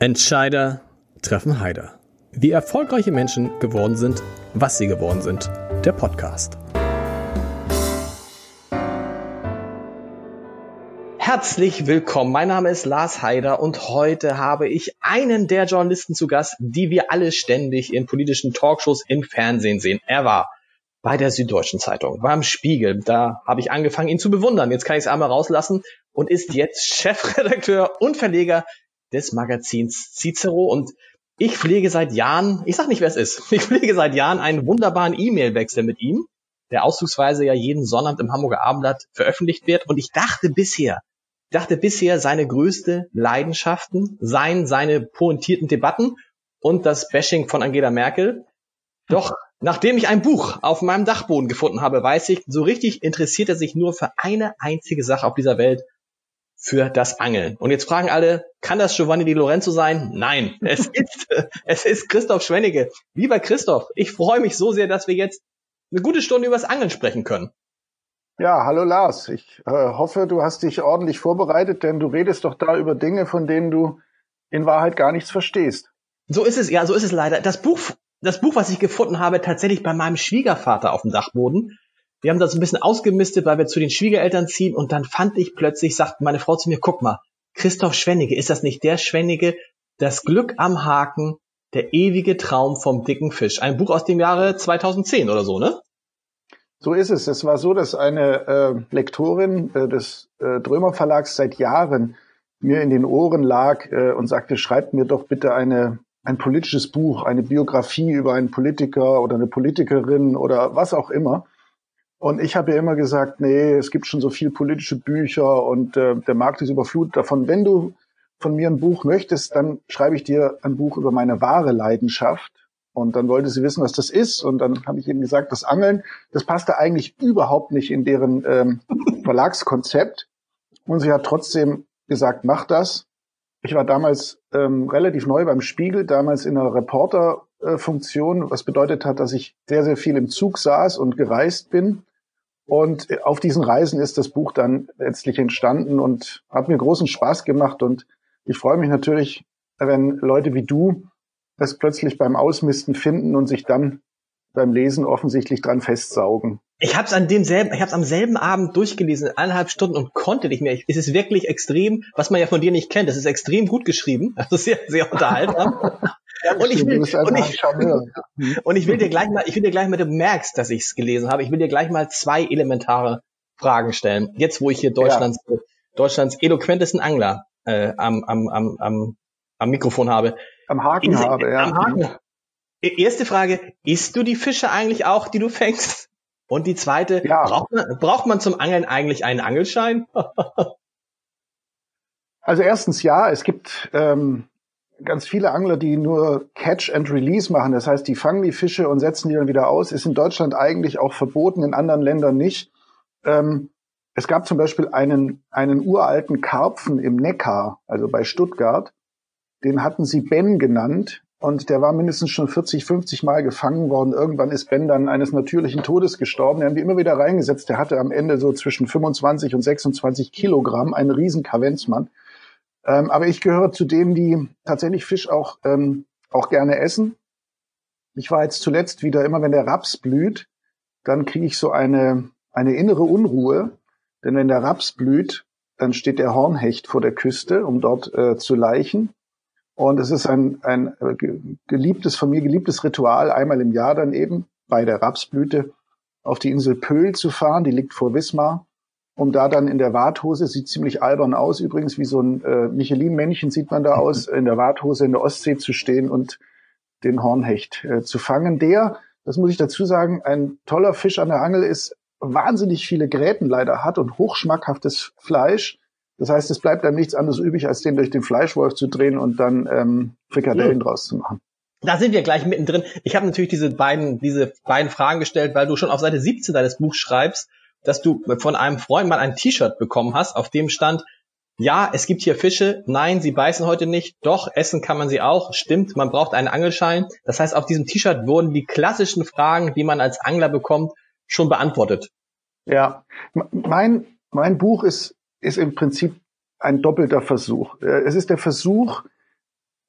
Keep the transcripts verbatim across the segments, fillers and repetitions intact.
Entscheider treffen Heider. Wie erfolgreiche Menschen geworden sind, was sie geworden sind. Der Podcast. Herzlich willkommen. Mein Name ist Lars Heider und heute habe ich einen der Journalisten zu Gast, die wir alle ständig in politischen Talkshows im Fernsehen sehen. Er war bei der Süddeutschen Zeitung, beim Spiegel. Da habe ich angefangen, ihn zu bewundern. Jetzt kann ich es einmal rauslassen und ist jetzt Chefredakteur und Verleger des Magazins Cicero. Und ich pflege seit Jahren, ich sag nicht, wer es ist, ich pflege seit Jahren einen wunderbaren E-Mail-Wechsel mit ihm, der auszugsweise ja jeden Sonnabend im Hamburger Abendblatt veröffentlicht wird. Und ich dachte bisher, ich dachte bisher, seine größte Leidenschaften seien seine pointierten Debatten und das Bashing von Angela Merkel. Doch nachdem ich ein Buch auf meinem Dachboden gefunden habe, weiß ich, so richtig interessiert er sich nur für eine einzige Sache auf dieser Welt, für das Angeln. Und jetzt fragen alle, kann das Giovanni Di Lorenzo sein? Nein, es ist, es ist Christoph Schwennige. Lieber Christoph, ich freue mich so sehr, dass wir jetzt eine gute Stunde über das Angeln sprechen können. Ja, hallo Lars. Ich äh, hoffe, du hast dich ordentlich vorbereitet, denn du redest doch da über Dinge, von denen du in Wahrheit gar nichts verstehst. So ist es, ja, so ist es leider. Das Buch, das Buch, was ich gefunden habe, tatsächlich bei meinem Schwiegervater auf dem Dachboden. Wir haben das ein bisschen ausgemistet, weil wir zu den Schwiegereltern ziehen, und dann fand ich plötzlich, sagt meine Frau zu mir, guck mal, Christoph Schwennige, ist das nicht der Schwennige, das Glück am Haken, der ewige Traum vom dicken Fisch? Ein Buch aus dem Jahre zweitausendzehn oder so, ne? So ist es. Es war so, dass eine äh, Lektorin äh, des äh, Drömer Verlags seit Jahren mir in den Ohren lag äh, und sagte, schreibt mir doch bitte eine ein politisches Buch, eine Biografie über einen Politiker oder eine Politikerin oder was auch immer. Und ich habe ja immer gesagt, nee, es gibt schon so viel politische Bücher und äh, der Markt ist überflutet davon. Wenn du von mir ein Buch möchtest, dann schreibe ich dir ein Buch über meine wahre Leidenschaft. Und dann wollte sie wissen, was das ist. Und dann habe ich eben gesagt, das Angeln, das passte eigentlich überhaupt nicht in deren ähm, Verlagskonzept. Und sie hat trotzdem gesagt, mach das. Ich war damals ähm, relativ neu beim Spiegel, damals in einer Reporterfunktion, äh, was bedeutet hat, dass ich sehr, sehr viel im Zug saß und gereist bin. Und auf diesen Reisen ist das Buch dann letztlich entstanden und hat mir großen Spaß gemacht. Und ich freue mich natürlich, wenn Leute wie du es plötzlich beim Ausmisten finden und sich dann beim Lesen offensichtlich dran festsaugen. Ich habe es an demselben, ich habe es am selben Abend durchgelesen, eineinhalb Stunden, und konnte nicht mehr. Es ist wirklich extrem, was man ja von dir nicht kennt. Es ist extrem gut geschrieben, also sehr, sehr unterhaltsam. Und ich will, und ich, und ich will dir gleich mal, ich will dir gleich mal, du merkst, dass ich es gelesen habe. Ich will dir gleich mal zwei elementare Fragen stellen. Jetzt, wo ich hier Deutschlands, ja. Deutschlands eloquentesten Angler äh, am, am, am, am, am Mikrofon habe. Am Haken ist, habe, ja. Am Haken. Erste Frage: Isst du die Fische eigentlich auch, die du fängst? Und die zweite: ja. braucht man, braucht man zum Angeln eigentlich einen Angelschein? Also erstens ja, es gibt ähm, ganz viele Angler, die nur Catch and Release machen. Das heißt, die fangen die Fische und setzen die dann wieder aus. Ist in Deutschland eigentlich auch verboten, in anderen Ländern nicht. Ähm, es gab zum Beispiel einen, einen uralten Karpfen im Neckar, also bei Stuttgart. Den hatten sie Ben genannt. Und der war mindestens schon vierzig, fünfzig Mal gefangen worden. Irgendwann ist Ben dann eines natürlichen Todes gestorben. Den haben die immer wieder reingesetzt. Der hatte am Ende so zwischen fünfundzwanzig und sechsundzwanzig Kilogramm, ein riesen Kavenzmann. Ähm, aber ich gehöre zu denen, die tatsächlich Fisch auch ähm, auch gerne essen. Ich war jetzt zuletzt wieder, immer wenn der Raps blüht, dann kriege ich so eine eine innere Unruhe. Denn wenn der Raps blüht, dann steht der Hornhecht vor der Küste, um dort äh, zu laichen. Und es ist ein ein geliebtes, von mir geliebtes Ritual, einmal im Jahr dann eben bei der Rapsblüte auf die Insel Pöhl zu fahren, die liegt vor Wismar, um da dann in der Warthose, sieht ziemlich albern aus, übrigens wie so ein äh, Michelin-Männchen sieht man da aus, in der Warthose in der Ostsee zu stehen und den Hornhecht äh, zu fangen. Der, das muss ich dazu sagen, ein toller Fisch an der Angel ist, wahnsinnig viele Gräten leider hat und hochschmackhaftes Fleisch. Das heißt, es bleibt einem nichts anderes übrig, als den durch den Fleischwolf zu drehen und dann ähm, Frikadellen ja. draus zu machen. Da sind wir gleich mittendrin. Ich habe natürlich diese beiden diese beiden Fragen gestellt, weil du schon auf Seite siebzehn deines Buchs schreibst, dass du von einem Freund mal ein T-Shirt bekommen hast, auf dem stand: Ja, es gibt hier Fische, nein, sie beißen heute nicht, doch, essen kann man sie auch, stimmt, man braucht einen Angelschein. Das heißt, auf diesem T-Shirt wurden die klassischen Fragen, die man als Angler bekommt, schon beantwortet. Ja, mein mein Buch ist ist im Prinzip ein doppelter Versuch. Es ist der Versuch,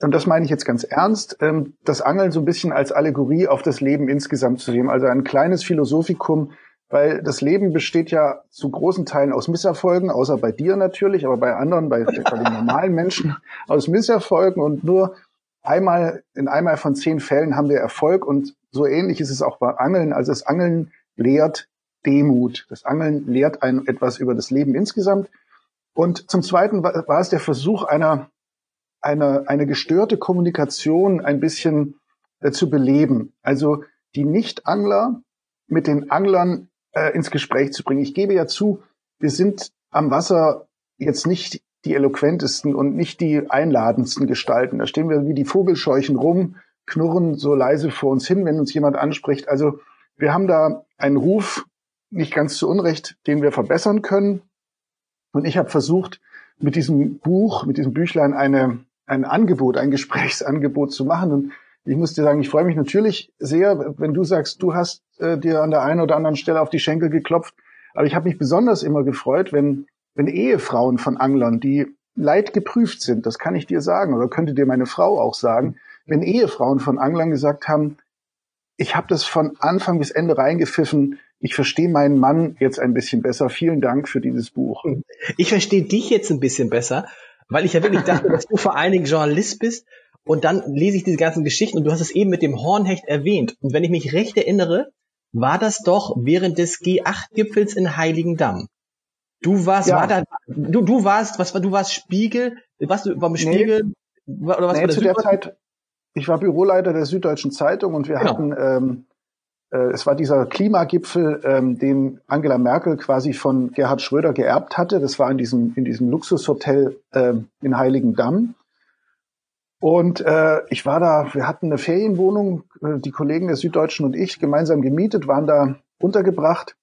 und das meine ich jetzt ganz ernst, ähm, das Angeln so ein bisschen als Allegorie auf das Leben insgesamt zu sehen. Also ein kleines Philosophikum, weil das Leben besteht ja zu großen Teilen aus Misserfolgen, außer bei dir natürlich, aber bei anderen, bei, bei den normalen Menschen aus Misserfolgen, und nur einmal, in einmal von zehn Fällen haben wir Erfolg, und so ähnlich ist es auch bei Angeln. Also das Angeln lehrt Demut. Das Angeln lehrt einen etwas über das Leben insgesamt. Und zum Zweiten war, war es der Versuch einer, einer, eine gestörte Kommunikation ein bisschen äh, zu beleben. Also die Nicht-Angler mit den Anglern äh, ins Gespräch zu bringen. Ich gebe ja zu, wir sind am Wasser jetzt nicht die eloquentesten und nicht die einladendsten Gestalten. Da stehen wir wie die Vogelscheuchen rum, knurren so leise vor uns hin, wenn uns jemand anspricht. Also wir haben da einen Ruf, nicht ganz zu Unrecht, den wir verbessern können. Und ich habe versucht, mit diesem Buch, mit diesem Büchlein eine, ein Angebot, ein Gesprächsangebot zu machen. Und ich muss dir sagen, ich freue mich natürlich sehr, wenn du sagst, du hast äh, dir an der einen oder anderen Stelle auf die Schenkel geklopft. Aber ich habe mich besonders immer gefreut, wenn wenn Ehefrauen von Anglern, die leidgeprüft sind, das kann ich dir sagen, oder könnte dir meine Frau auch sagen, wenn Ehefrauen von Anglern gesagt haben, ich habe das von Anfang bis Ende reingepfiffen, ich verstehe meinen Mann jetzt ein bisschen besser, vielen Dank für dieses Buch. Ich verstehe dich jetzt ein bisschen besser, weil ich ja wirklich dachte, dass du vor allen Dingen Journalist bist, und dann lese ich diese ganzen Geschichten, und du hast es eben mit dem Hornhecht erwähnt, und wenn ich mich recht erinnere, war das doch während des G acht Gipfels in Heiligendamm. Du warst, ja. war da, du, du warst, was war, du warst Spiegel, warst du beim Spiegel, nee. oder was nee, war das? Zu der Zeit, ich war Büroleiter der Süddeutschen Zeitung, und wir genau. hatten, ähm, äh, es war dieser Klimagipfel, ähm, den Angela Merkel quasi von Gerhard Schröder geerbt hatte. Das war in diesem, in diesem Luxushotel äh, in Heiligendamm. Und äh, ich war da, wir hatten eine Ferienwohnung, äh, die Kollegen der Süddeutschen und ich gemeinsam gemietet, waren da untergebracht.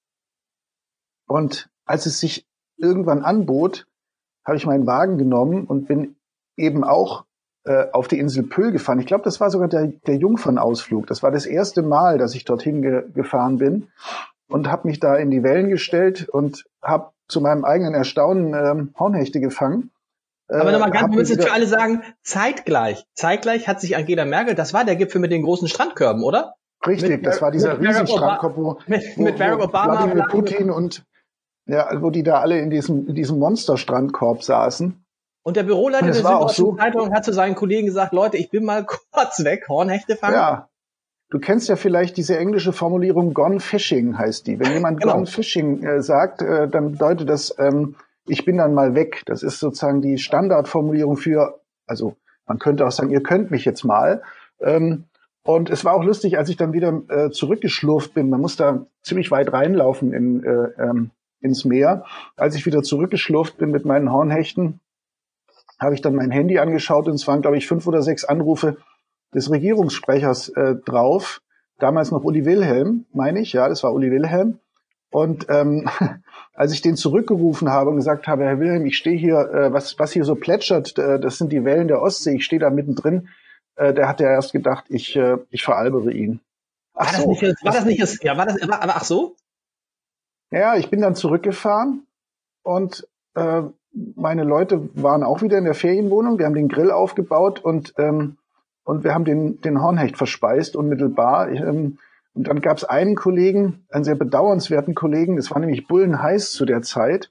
Und als es sich irgendwann anbot, habe ich meinen Wagen genommen und bin eben auch äh, auf die Insel Pöhl gefahren. Ich glaube, das war sogar der, der Jungfernausflug. Das war das erste Mal, dass ich dorthin ge- gefahren bin, und habe mich da in die Wellen gestellt und habe zu meinem eigenen Erstaunen ähm, Hornhechte gefangen. Äh, Aber nochmal ganz, wir müssen jetzt für alle sagen, zeitgleich. Zeitgleich hat sich Angela Merkel, das war der Gipfel mit den großen Strandkörben, oder? Richtig, mit, das war dieser Riesenstrandkorb, wo, mit, mit Barack wo Obama, Wladimir Putin und ja, wo die da alle in diesem, in diesem Monsterstrandkorb saßen. Und der Büroleiter der Süddeutschen so, Zeitung hat zu seinen Kollegen gesagt, Leute, ich bin mal kurz weg, Hornhechte fangen. Ja, du kennst ja vielleicht diese englische Formulierung Gone Fishing heißt die. Wenn jemand genau. Gone Fishing äh, sagt, äh, dann bedeutet das, ähm, ich bin dann mal weg. Das ist sozusagen die Standardformulierung für, also man könnte auch sagen, ihr könnt mich jetzt mal. Ähm, und es war auch lustig, als ich dann wieder äh, zurückgeschlurft bin. Man muss da ziemlich weit reinlaufen in äh, ähm, ins Meer. Als ich wieder zurückgeschlurft bin mit meinen Hornhechten, habe ich dann mein Handy angeschaut, und es waren, glaube ich, fünf oder sechs Anrufe des Regierungssprechers äh, drauf. Damals noch Uli Wilhelm, meine ich, ja, das war Uli Wilhelm. Und ähm, als ich den zurückgerufen habe und gesagt habe, Herr Wilhelm, ich stehe hier, äh, was was hier so plätschert, äh, das sind die Wellen der Ostsee, ich stehe da mittendrin, äh, der hat ja erst gedacht, ich äh, ich veralbere ihn. Ach war so, das nicht, war das nicht das, ja, war das, war, aber ach so? Ja, ich bin dann zurückgefahren, und äh, meine Leute waren auch wieder in der Ferienwohnung. Wir haben den Grill aufgebaut, und ähm, und wir haben den den Hornhecht verspeist unmittelbar. Ich, ähm, und dann gab es einen Kollegen, einen sehr bedauernswerten Kollegen, das war nämlich bullenheiß zu der Zeit.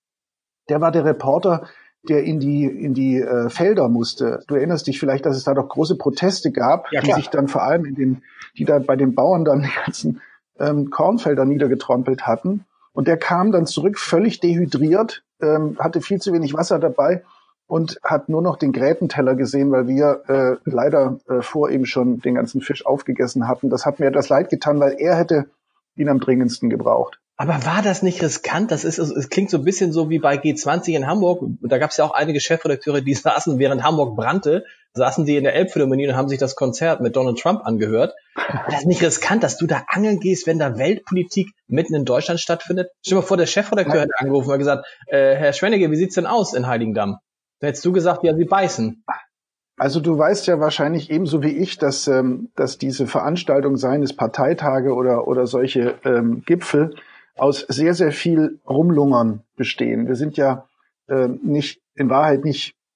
Der war der Reporter, der in die in die äh, Felder musste. Du erinnerst dich vielleicht, dass es da doch große Proteste gab, ja, die sich dann vor allem in den, die da bei den Bauern dann die ganzen ähm, Kornfelder niedergetrompelt hatten. Und der kam dann zurück, völlig dehydriert, ähm, hatte viel zu wenig Wasser dabei und hat nur noch den Grätenteller gesehen, weil wir äh, leider äh, vor ihm schon den ganzen Fisch aufgegessen hatten. Das hat mir etwas leid getan, weil er hätte ihn am dringendsten gebraucht. Aber war das nicht riskant? Das ist, es klingt so ein bisschen so wie bei G zwanzig in Hamburg. Da gab es ja auch einige Chefredakteure, die saßen, während Hamburg brannte, saßen die in der Elbphilharmonie und haben sich das Konzert mit Donald Trump angehört. War das nicht riskant, dass du da angeln gehst, wenn da Weltpolitik mitten in Deutschland stattfindet? Stell dir mal vor, der Chefredakteur hätte angerufen und gesagt, äh, Herr Schwennige, wie sieht's denn aus in Heiligendamm? Da hättest du gesagt, ja, sie beißen. Also du weißt ja wahrscheinlich ebenso wie ich, dass ähm, dass diese Veranstaltung, seien es Parteitage oder oder solche ähm, Gipfel, aus sehr, sehr viel Rumlungern bestehen. Wir sind ja äh, nicht in Wahrheit nicht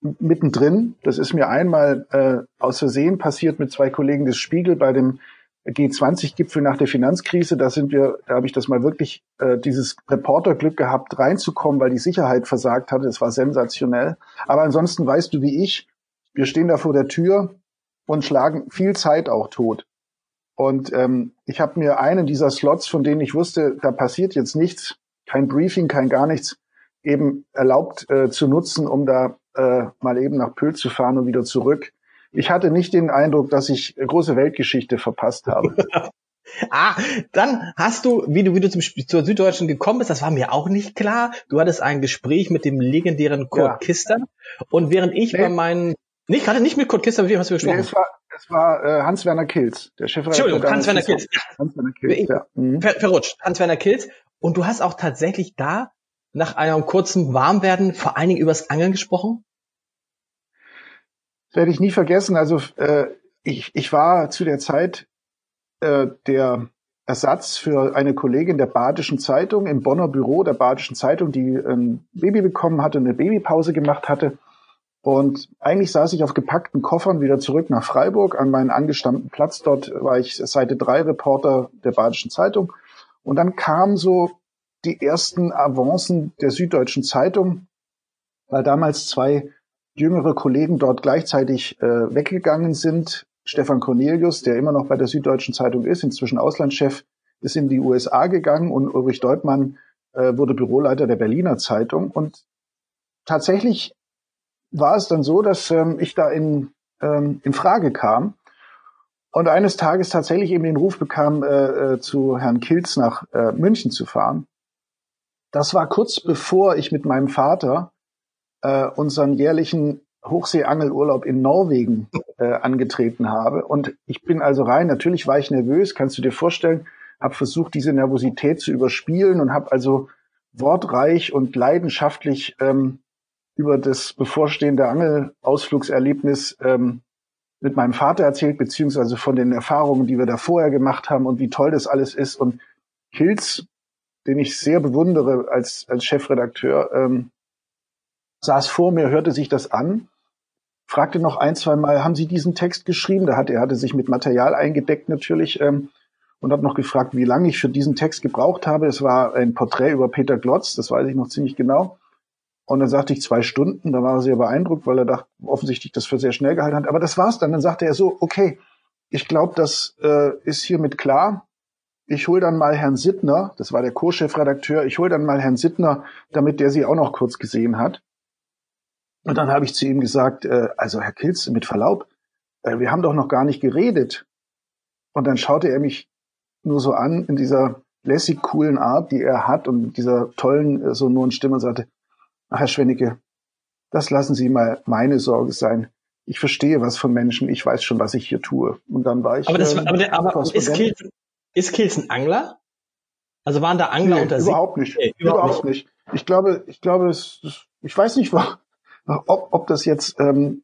mittendrin. Das ist mir einmal äh, aus Versehen passiert mit zwei Kollegen des Spiegel bei dem G zwanzig Gipfel nach der Finanzkrise. Da sind wir, da habe ich das mal wirklich äh, dieses Reporterglück gehabt, reinzukommen, weil die Sicherheit versagt hatte. Das war sensationell. Aber ansonsten weißt du wie ich, wir stehen da vor der Tür und schlagen viel Zeit auch tot. Und ähm, ich habe mir einen dieser Slots, von denen ich wusste, da passiert jetzt nichts, kein Briefing, kein gar nichts, eben erlaubt äh, zu nutzen, um da äh, mal eben nach Pöhl zu fahren und wieder zurück. Ich hatte nicht den Eindruck, dass ich große Weltgeschichte verpasst habe. Ah, dann hast du, wie du, wie du zum, zur Süddeutschen gekommen bist, das war mir auch nicht klar. Du hattest ein Gespräch mit dem legendären Kurt ja. Kister. Und während ich nee. bei meinen, nicht gerade nicht mit Kurt Kister, mit wem hast du gesprochen? Nee, es war, es war äh, Hans-Werner Kilz, der Chefredakteur. Entschuldigung, Hans-Werner Kilz. Hans-Werner Kilz, ja. Mhm. Ver, verrutscht, Hans-Werner Kilz. Und du hast auch tatsächlich da nach einem kurzen Warmwerden vor allen Dingen übers Angeln gesprochen? Das werde ich nie vergessen. Also äh, ich, ich war zu der Zeit äh, der Ersatz für eine Kollegin der Badischen Zeitung im Bonner Büro der Badischen Zeitung, die ein Baby bekommen hatte, eine Babypause gemacht hatte. Und eigentlich saß ich auf gepackten Koffern wieder zurück nach Freiburg an meinen angestammten Platz. Dort war ich Seite drei Reporter der Badischen Zeitung. Und dann kamen so die ersten Avancen der Süddeutschen Zeitung, weil damals zwei jüngere Kollegen dort gleichzeitig äh, weggegangen sind. Stefan Cornelius, der immer noch bei der Süddeutschen Zeitung ist, inzwischen Auslandschef, ist in die U S A gegangen und Ulrich Deutmann äh, wurde Büroleiter der Berliner Zeitung. Und tatsächlich war es dann so, dass ähm, ich da in, ähm, in Frage kam und eines Tages tatsächlich eben den Ruf bekam, äh, äh, zu Herrn Kilz nach äh, München zu fahren. Das war kurz bevor ich mit meinem Vater äh, unseren jährlichen Hochseeangelurlaub in Norwegen äh, angetreten habe. Und ich bin also rein, natürlich war ich nervös, kannst du dir vorstellen, habe versucht, diese Nervosität zu überspielen und habe also wortreich und leidenschaftlich ähm, über das bevorstehende Angelausflugserlebnis ähm, mit meinem Vater erzählt, beziehungsweise von den Erfahrungen, die wir da vorher gemacht haben und wie toll das alles ist. Und Kilz, den ich sehr bewundere als, als Chefredakteur, ähm, saß vor mir, hörte sich das an, fragte noch ein, zwei Mal, haben Sie diesen Text geschrieben? Da hat er hatte sich mit Material eingedeckt natürlich ähm, und hat noch gefragt, wie lange ich für diesen Text gebraucht habe. Es war ein Porträt über Peter Glotz, das weiß ich noch ziemlich genau. Und dann sagte ich zwei Stunden, da war er sehr beeindruckt, weil er dachte, offensichtlich das für sehr schnell gehalten hat. Aber das war's dann. Dann sagte er so, okay, ich glaube, das äh, ist hiermit klar. Ich hol dann mal Herrn Sittner, das war der Co-Chefredakteur, ich hol dann mal Herrn Sittner, damit der Sie auch noch kurz gesehen hat. Und dann habe ich zu ihm gesagt, äh, also Herr Kilz, mit Verlaub, äh, wir haben doch noch gar nicht geredet. Und dann schaute er mich nur so an in dieser lässig coolen Art, die er hat und mit dieser tollen äh, sonoren Stimme und sagte, ach Herr Schwennecke, das lassen Sie mal meine Sorge sein. Ich verstehe was von Menschen, ich weiß schon, was ich hier tue. Und dann war ich. Aber, das, äh, aber, der, aber ist, Kilz, ist Kilz ein Angler? Also waren da Angler nee, unter sich? Überhaupt nicht. Nee, überhaupt, überhaupt nicht. nicht. Ich glaube, ich glaube, es, ich weiß nicht, ob, ob das jetzt ähm,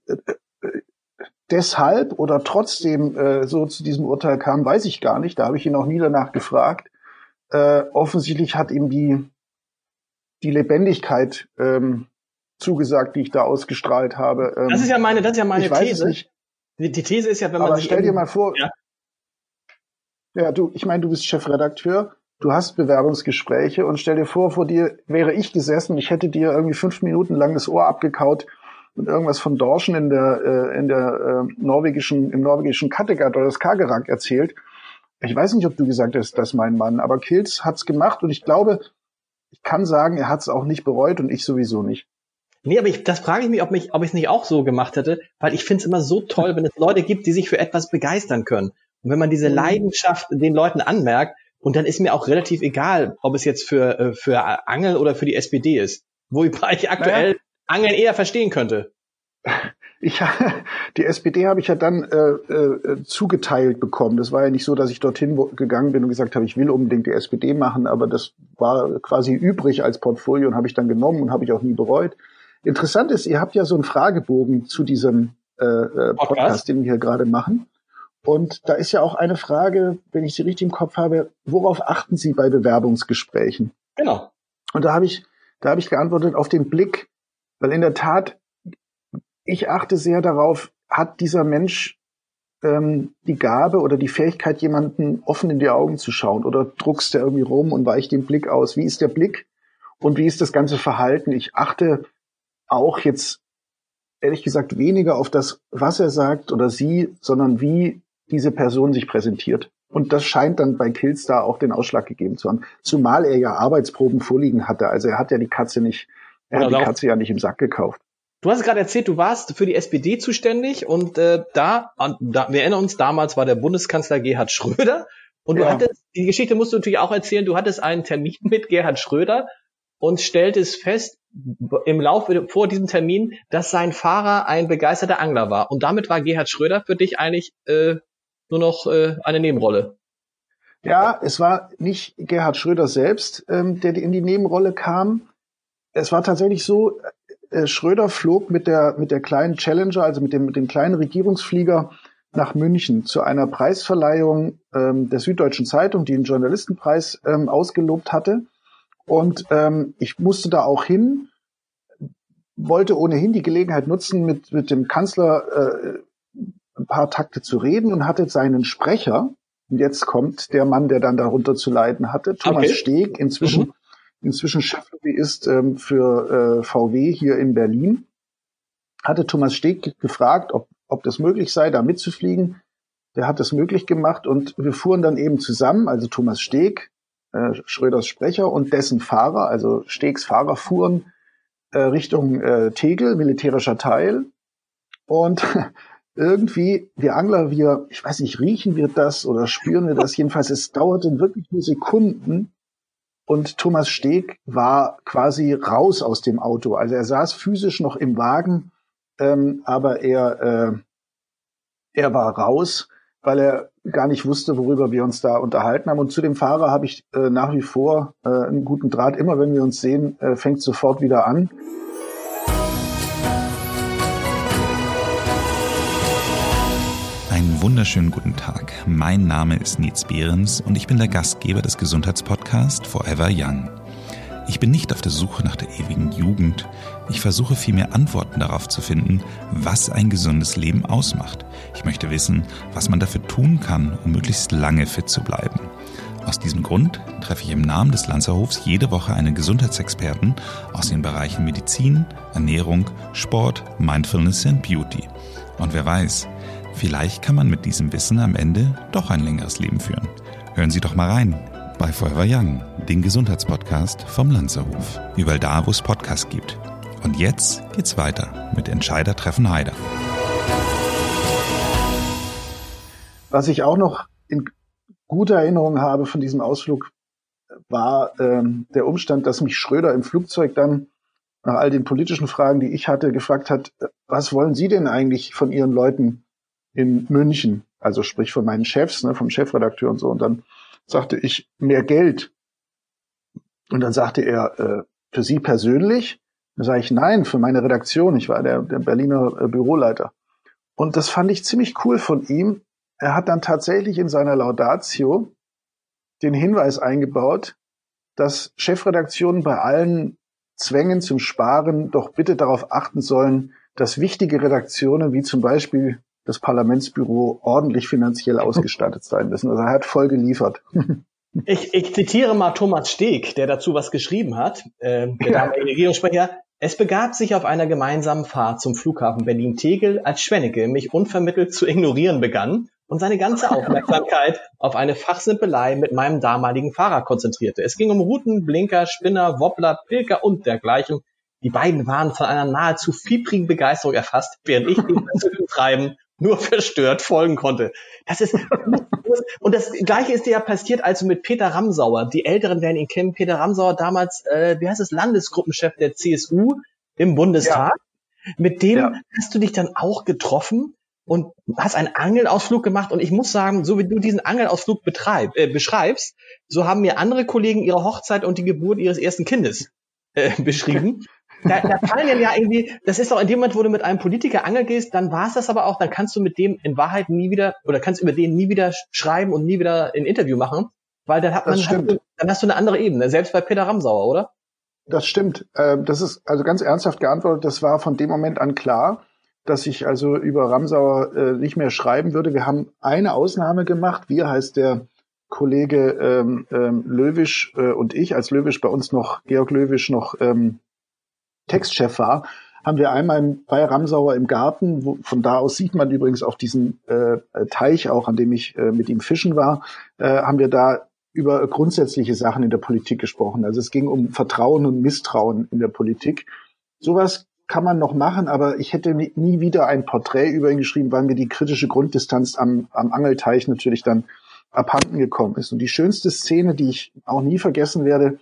deshalb oder trotzdem äh, so zu diesem Urteil kam, weiß ich gar nicht. Da habe ich ihn auch nie danach gefragt. Äh, offensichtlich hat ihm die die Lebendigkeit ähm, zugesagt, die ich da ausgestrahlt habe. Ähm, das ist ja meine, das ist ja meine ich weiß These. Es nicht. Die, die These ist ja, wenn man Aber sich stell dir mal vor, ja, ja du, ich meine, du bist Chefredakteur, du hast Bewerbungsgespräche und stell dir vor, vor dir wäre ich gesessen, ich hätte dir irgendwie fünf Minuten lang das Ohr abgekaut und irgendwas von Dorschen in der äh, in der äh, norwegischen im norwegischen Kattegat oder das Skagerrak erzählt. Ich weiß nicht, ob du gesagt hast, das ist mein Mann, aber Kilz hat's gemacht und ich glaube, ich kann sagen, er hat's auch nicht bereut und ich sowieso nicht. Nee, aber ich, das frage ich mich, ob mich, ob ich es nicht auch so gemacht hätte, weil ich finde es immer so toll, wenn es Leute gibt, die sich für etwas begeistern können. Und wenn man diese Leidenschaft den Leuten anmerkt, und dann ist mir auch relativ egal, ob es jetzt für, für Angel oder für die S P D ist, wobei ich aktuell naja. Angeln eher verstehen könnte. Ich, die S P D habe ich ja dann äh, äh, zugeteilt bekommen. Das war ja nicht so, dass ich dorthin wo, gegangen bin und gesagt habe, ich will unbedingt die S P D machen, aber das war quasi übrig als Portfolio und habe ich dann genommen und habe ich auch nie bereut. Interessant ist, ihr habt ja so einen Fragebogen zu diesem äh, äh, Podcast, Podcast, den wir hier gerade machen. Und da ist ja auch eine Frage, wenn ich sie richtig im Kopf habe, worauf achten Sie bei Bewerbungsgesprächen? Genau. Und da habe ich, da habe ich geantwortet auf den Blick, weil in der Tat ich achte sehr darauf, hat dieser Mensch ähm, die Gabe oder die Fähigkeit, jemanden offen in die Augen zu schauen, oder druckst der irgendwie rum und weicht den Blick aus? Wie ist der Blick und wie ist das ganze Verhalten? Ich achte auch jetzt ehrlich gesagt weniger auf das, was er sagt oder sie, sondern wie diese Person sich präsentiert. Und das scheint dann bei Killstar auch den Ausschlag gegeben zu haben. Zumal er ja Arbeitsproben vorliegen hatte. Also er hat ja die Katze nicht, er hat die Katze ja nicht im Sack gekauft. Du hast gerade erzählt, du warst für die S P D zuständig und äh, da, da, wir erinnern uns, damals war der Bundeskanzler Gerhard Schröder und du ja. hattest, die Geschichte musst du natürlich auch erzählen, du hattest einen Termin mit Gerhard Schröder und stelltest fest, im Laufe vor diesem Termin, dass sein Fahrer ein begeisterter Angler war. Und damit war Gerhard Schröder für dich eigentlich äh, nur noch äh, eine Nebenrolle. Ja, es war nicht Gerhard Schröder selbst, ähm, der in die Nebenrolle kam. Es war tatsächlich so, äh, Schröder flog mit der mit der kleinen Challenger, also mit dem mit dem kleinen Regierungsflieger nach München zu einer Preisverleihung ähm, der Süddeutschen Zeitung, die einen Journalistenpreis ähm, ausgelobt hatte. Und ähm, ich musste da auch hin, wollte ohnehin die Gelegenheit nutzen, mit mit dem Kanzler äh, ein paar Takte zu reden und hatte seinen Sprecher, und jetzt kommt der Mann, der dann darunter zu leiden hatte, Thomas okay. Steg, inzwischen mhm. inzwischen Cheflobbyist ähm, für äh, V W hier in Berlin, hatte Thomas Steg gefragt, ob ob das möglich sei, da mitzufliegen. Der hat das möglich gemacht und wir fuhren dann eben zusammen, also Thomas Steg, Schröders Sprecher und dessen Fahrer, also Stegs Fahrer, fuhren äh, Richtung äh, Tegel, militärischer Teil. Und irgendwie, wir Angler, wir, ich weiß nicht, riechen wir das oder spüren wir das? Jedenfalls, es dauerte wirklich nur Sekunden und Thomas Steg war quasi raus aus dem Auto. Also er saß physisch noch im Wagen, ähm, aber er, äh, er war raus, weil er gar nicht wusste, worüber wir uns da unterhalten haben. Und zu dem Fahrer habe ich äh, nach wie vor äh, einen guten Draht. Immer wenn wir uns sehen, äh, fängt sofort wieder an. Einen wunderschönen guten Tag. Mein Name ist Nietz Behrens und ich bin der Gastgeber des Gesundheitspodcasts Forever Young. Ich bin nicht auf der Suche nach der ewigen Jugend. Ich versuche vielmehr Antworten darauf zu finden, was ein gesundes Leben ausmacht. Ich möchte wissen, was man dafür tun kann, um möglichst lange fit zu bleiben. Aus diesem Grund treffe ich im Namen des Lanzerhofs jede Woche einen Gesundheitsexperten aus den Bereichen Medizin, Ernährung, Sport, Mindfulness und Beauty. Und wer weiß, vielleicht kann man mit diesem Wissen am Ende doch ein längeres Leben führen. Hören Sie doch mal rein. Bei Forever Young, den Gesundheitspodcast vom Lanzerhof. Überall da, wo es Podcasts gibt. Und jetzt geht's weiter mit Entscheider treffen Heider. Was ich auch noch in guter Erinnerung habe von diesem Ausflug, war ähm, der Umstand, dass mich Schröder im Flugzeug dann nach all den politischen Fragen, die ich hatte, gefragt hat, was wollen Sie denn eigentlich von Ihren Leuten in München? Also sprich von meinen Chefs, ne, vom Chefredakteur und so. Und dann sagte ich, mehr Geld. Und dann sagte er, äh, für Sie persönlich? Dann sage ich, nein, für meine Redaktion. Ich war der, der Berliner äh, Büroleiter. Und das fand ich ziemlich cool von ihm. Er hat dann tatsächlich in seiner Laudatio den Hinweis eingebaut, dass Chefredaktionen bei allen Zwängen zum Sparen doch bitte darauf achten sollen, dass wichtige Redaktionen wie zum Beispiel das Parlamentsbüro ordentlich finanziell ausgestattet sein müssen. Also er hat voll geliefert. Ich, ich zitiere mal Thomas Steg, der dazu was geschrieben hat, äh, der ja. damalige Regierungssprecher. Es begab sich auf einer gemeinsamen Fahrt zum Flughafen Berlin-Tegel, als Schwennecke mich unvermittelt zu ignorieren begann und seine ganze Aufmerksamkeit auf eine Fachsimpelei mit meinem damaligen Fahrer konzentrierte. Es ging um Routen, Blinker, Spinner, Wobbler, Pilker und dergleichen. Die beiden waren von einer nahezu fiebrigen Begeisterung erfasst, während ich dem Treiben nur verstört folgen konnte. Das ist, und das Gleiche ist ja passiert, als mit Peter Ramsauer. Die Älteren werden ihn kennen. Peter Ramsauer, damals, äh, wie heißt es, Landesgruppenchef der C S U im Bundestag. Ja. Mit dem ja. hast du dich dann auch getroffen und hast einen Angelausflug gemacht. Und ich muss sagen, so wie du diesen Angelausflug betreib, äh, beschreibst, so haben mir andere Kollegen ihre Hochzeit und die Geburt ihres ersten Kindes äh, beschrieben. Da, da fallen ja irgendwie, das ist doch in dem Moment, wo du mit einem Politiker angeln gehst, dann war es das aber auch, dann kannst du mit dem in Wahrheit nie wieder, oder kannst über den nie wieder schreiben und nie wieder ein Interview machen, weil dann hat man, hat, dann hast du eine andere Ebene, selbst bei Peter Ramsauer, oder? Das stimmt. Das ist also ganz ernsthaft geantwortet, das war von dem Moment an klar. dass ich also über Ramsauer äh, nicht mehr schreiben würde. Wir haben eine Ausnahme gemacht. Wir heißt der Kollege ähm, ähm, Löwisch äh, und ich, als Löwisch bei uns noch, Georg Löwisch noch ähm, Textchef war, haben wir einmal bei Ramsauer im Garten, wo, von da aus sieht man übrigens auch diesen äh, Teich auch, an dem ich äh, mit ihm fischen war, äh, haben wir da über grundsätzliche Sachen in der Politik gesprochen. Also es ging um Vertrauen und Misstrauen in der Politik. Sowas kann man noch machen, aber ich hätte nie wieder ein Porträt über ihn geschrieben, weil mir die kritische Grunddistanz am, am Angelteich natürlich dann abhanden gekommen ist. Und die schönste Szene, die ich auch nie vergessen werde,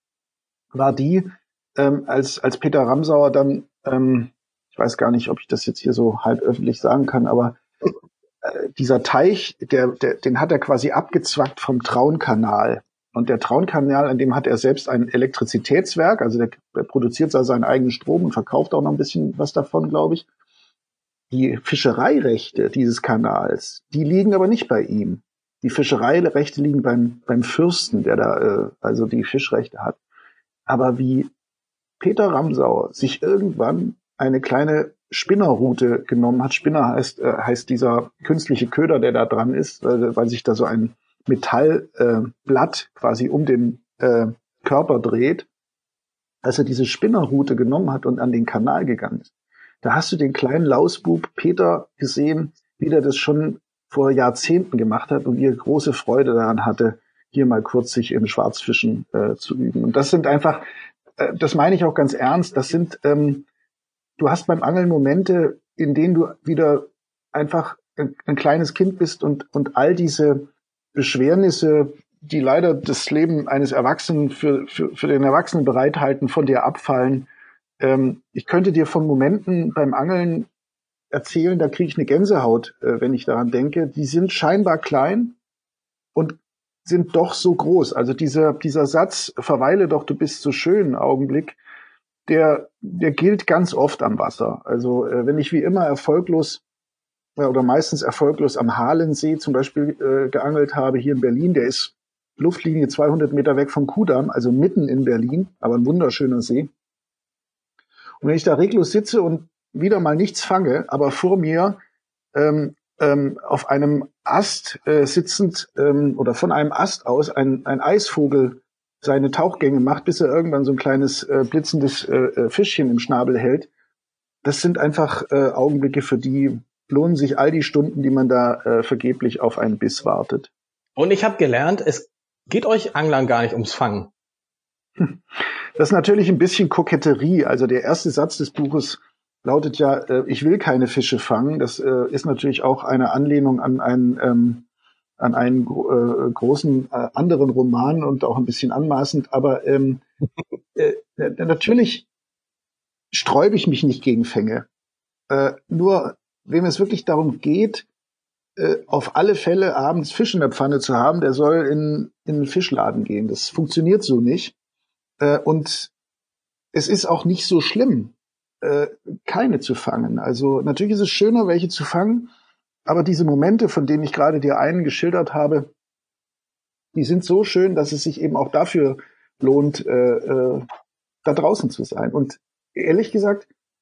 war die, ähm, als, als Peter Ramsauer dann, ähm, ich weiß gar nicht, ob ich das jetzt hier so halb öffentlich sagen kann, aber äh, dieser Teich, der, der, den hat er quasi abgezwackt vom Traunkanal. Und der Traunkanal, an dem hat er selbst ein Elektrizitätswerk, also der, der produziert da seinen eigenen Strom und verkauft auch noch ein bisschen was davon, glaube ich. Die Fischereirechte dieses Kanals, die liegen aber nicht bei ihm. Die Fischereirechte liegen beim, beim Fürsten, der da äh, also die Fischrechte hat. Aber wie Peter Ramsauer sich irgendwann eine kleine Spinnerrute genommen hat, Spinner heißt, äh, heißt dieser künstliche Köder, der da dran ist, äh, weil sich da so ein Metallblatt äh, quasi um den äh, Körper dreht, als er diese Spinnerrute genommen hat und an den Kanal gegangen ist. Da hast du den kleinen Lausbub Peter gesehen, wie der das schon vor Jahrzehnten gemacht hat und wie er große Freude daran hatte, hier mal kurz sich im Schwarzfischen äh, zu üben. Und das sind einfach, äh, das meine ich auch ganz ernst, das sind, ähm, du hast beim Angeln Momente, in denen du wieder einfach ein, ein kleines Kind bist und, und all diese Beschwernisse, die leider das Leben eines Erwachsenen für, für, für den Erwachsenen bereithalten, von dir abfallen. Ähm, ich könnte dir von Momenten beim Angeln erzählen, da kriege ich eine Gänsehaut, äh, wenn ich daran denke. Die sind scheinbar klein und sind doch so groß. Also dieser, dieser Satz, verweile doch, du bist so schön, Augenblick, der, der gilt ganz oft am Wasser. Also äh, wenn ich wie immer erfolglos oder meistens erfolglos am Halensee zum Beispiel äh, geangelt habe, hier in Berlin. Der ist Luftlinie zweihundert Meter weg vom Kudamm, also mitten in Berlin, aber ein wunderschöner See. Und wenn ich da reglos sitze und wieder mal nichts fange, aber vor mir ähm, ähm, auf einem Ast äh, sitzend ähm, oder von einem Ast aus ein, ein Eisvogel seine Tauchgänge macht, bis er irgendwann so ein kleines äh, blitzendes äh, Fischchen im Schnabel hält, das sind einfach äh, Augenblicke, für die lohnen sich all die Stunden, die man da äh, vergeblich auf einen Biss wartet. Und ich habe gelernt, es geht euch Anglern gar nicht ums Fangen. Das ist natürlich ein bisschen Koketterie. Also der erste Satz des Buches lautet ja, äh, ich will keine Fische fangen. Das äh, ist natürlich auch eine Anlehnung an einen, ähm, an einen äh, großen äh, anderen Roman und auch ein bisschen anmaßend. Aber ähm, äh, natürlich sträube ich mich nicht gegen Fänge. Äh, nur wem es wirklich darum geht, äh, auf alle Fälle abends Fisch in der Pfanne zu haben, der soll in, in einen Fischladen gehen. Das funktioniert so nicht. Äh, und es ist auch nicht so schlimm, äh, keine zu fangen. Also natürlich ist es schöner, welche zu fangen, aber diese Momente, von denen ich gerade dir einen geschildert habe, die sind so schön, dass es sich eben auch dafür lohnt, äh, äh, da draußen zu sein. Und ehrlich gesagt,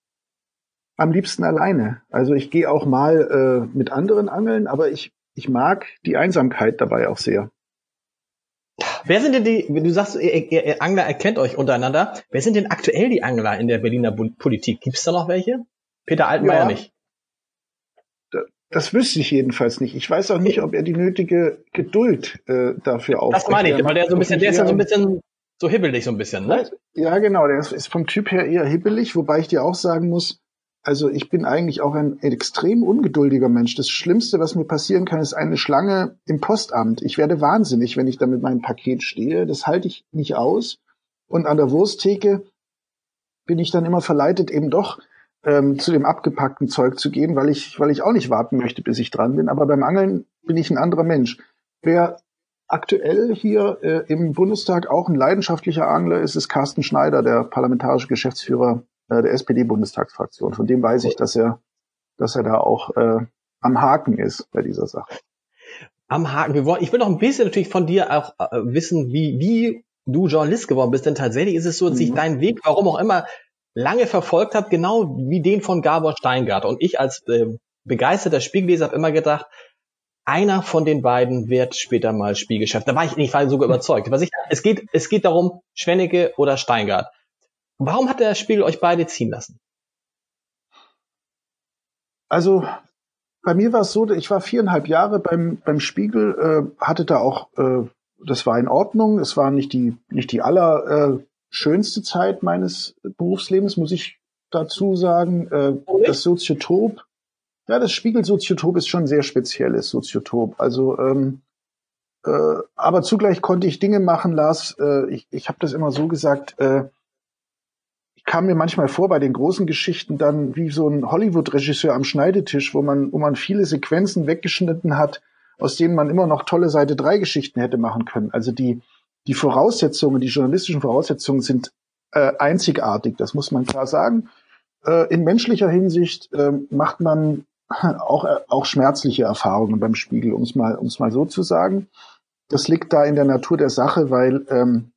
am liebsten alleine. Also ich gehe auch mal äh, mit anderen angeln, aber ich ich mag die Einsamkeit dabei auch sehr. Wer sind denn die, wenn du sagst, ihr, ihr, ihr Angler erkennt euch untereinander, wer sind denn aktuell die Angler in der Berliner Politik? Gibt es da noch welche? Peter Altmaier ja, nicht. Das wüsste ich jedenfalls nicht. Ich weiß auch nicht, ob er die nötige Geduld äh, dafür aufbringt. Das meine ich, weil der so ein bisschen, der ist ja so ein bisschen so hibbelig so ein bisschen, ne? Ja, genau, der ist vom Typ her eher hibbelig, wobei ich dir auch sagen muss, also ich bin eigentlich auch ein extrem ungeduldiger Mensch. Das Schlimmste, was mir passieren kann, ist eine Schlange im Postamt. Ich werde wahnsinnig, wenn ich da mit meinem Paket stehe. Das halte ich nicht aus. Und an der Wursttheke bin ich dann immer verleitet, eben doch ähm, zu dem abgepackten Zeug zu gehen, weil ich, weil ich auch nicht warten möchte, bis ich dran bin. Aber beim Angeln bin ich ein anderer Mensch. Wer aktuell hier äh, im Bundestag auch ein leidenschaftlicher Angler ist, ist Carsten Schneider, der parlamentarische Geschäftsführer der S P D-Bundestagsfraktion. Von dem weiß ich, dass er, dass er da auch äh, am Haken ist bei dieser Sache. Am Haken. Wir wollen, ich will noch ein bisschen natürlich von dir auch äh, wissen, wie, wie du Journalist geworden bist. Denn tatsächlich ist es so, dass sich dein Weg, warum auch immer, lange verfolgt habe, genau wie den von Gabor Steingart. Und ich als äh, begeisterter Spiegelleser habe immer gedacht, einer von den beiden wird später mal Spiegelchef. Da war ich, ich war sogar überzeugt. Was ich, es geht, es geht darum, Schwennecke oder Steingart. Warum hat der Spiegel euch beide ziehen lassen? Also bei mir war es so, ich war viereinhalb Jahre beim beim Spiegel, äh, hatte da auch, äh, das war in Ordnung. Es war nicht die nicht die aller äh, schönste Zeit meines Berufslebens, muss ich dazu sagen. Äh, das Soziotop, ja, das Spiegel-Soziotop ist schon ein sehr spezielles Soziotop. Also, ähm, äh, aber zugleich konnte ich Dinge machen, Lars. Äh, ich ich habe das immer so gesagt. Äh, ich kam mir manchmal vor bei den großen Geschichten dann wie so ein Hollywood-Regisseur am Schneidetisch, wo man wo man viele Sequenzen weggeschnitten hat, aus denen man immer noch tolle Seite drei Geschichten hätte machen können. Also die die Voraussetzungen, die journalistischen Voraussetzungen sind äh, einzigartig. Das muss man klar sagen. Äh, in menschlicher Hinsicht äh, macht man auch auch schmerzliche Erfahrungen beim Spiegel, um es mal um es mal so zu sagen. Das liegt da in der Natur der Sache, weil ähm,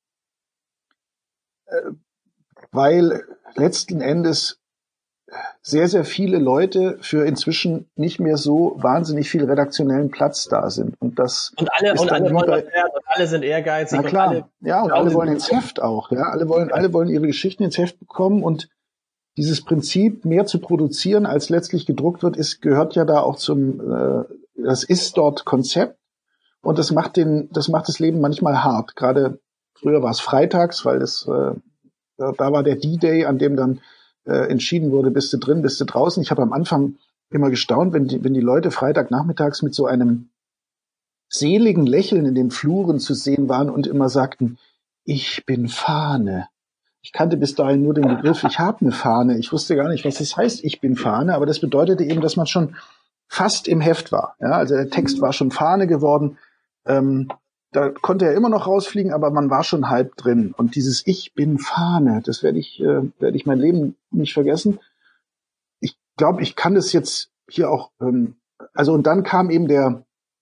äh, weil letzten Endes sehr sehr viele Leute für inzwischen nicht mehr so wahnsinnig viel redaktionellen Platz da sind und das und alle ist und dann alle wollen bei, das werden und alle sind ehrgeizig. na klar, und alle ja und alle wollen ins Heft auch, ja alle wollen alle wollen ihre Geschichten ins Heft bekommen und dieses Prinzip, mehr zu produzieren, als letztlich gedruckt wird, ist, gehört ja da auch zum, äh, das ist dort Konzept. Und das macht den, das macht das Leben manchmal hart. Gerade früher war es freitags, weil das, äh, da, da war der D-Day, an dem dann äh, entschieden wurde, bist du drin, bist du draußen. Ich habe am Anfang immer gestaunt, wenn die, wenn die Leute Freitagnachmittags mit so einem seligen Lächeln in den Fluren zu sehen waren und immer sagten, ich bin Fahne. Ich kannte bis dahin nur den Begriff, ich habe eine Fahne. Ich wusste gar nicht, was das heißt, ich bin Fahne. Aber das bedeutete eben, dass man schon fast im Heft war. Ja, also der Text war schon Fahne geworden. Ähm, da konnte er immer noch rausfliegen, aber man war schon halb drin. Und dieses Ich bin Fahne, das werde ich, äh, werde ich mein Leben nicht vergessen. Ich glaube, ich kann das jetzt hier auch. Ähm, also und dann kam eben der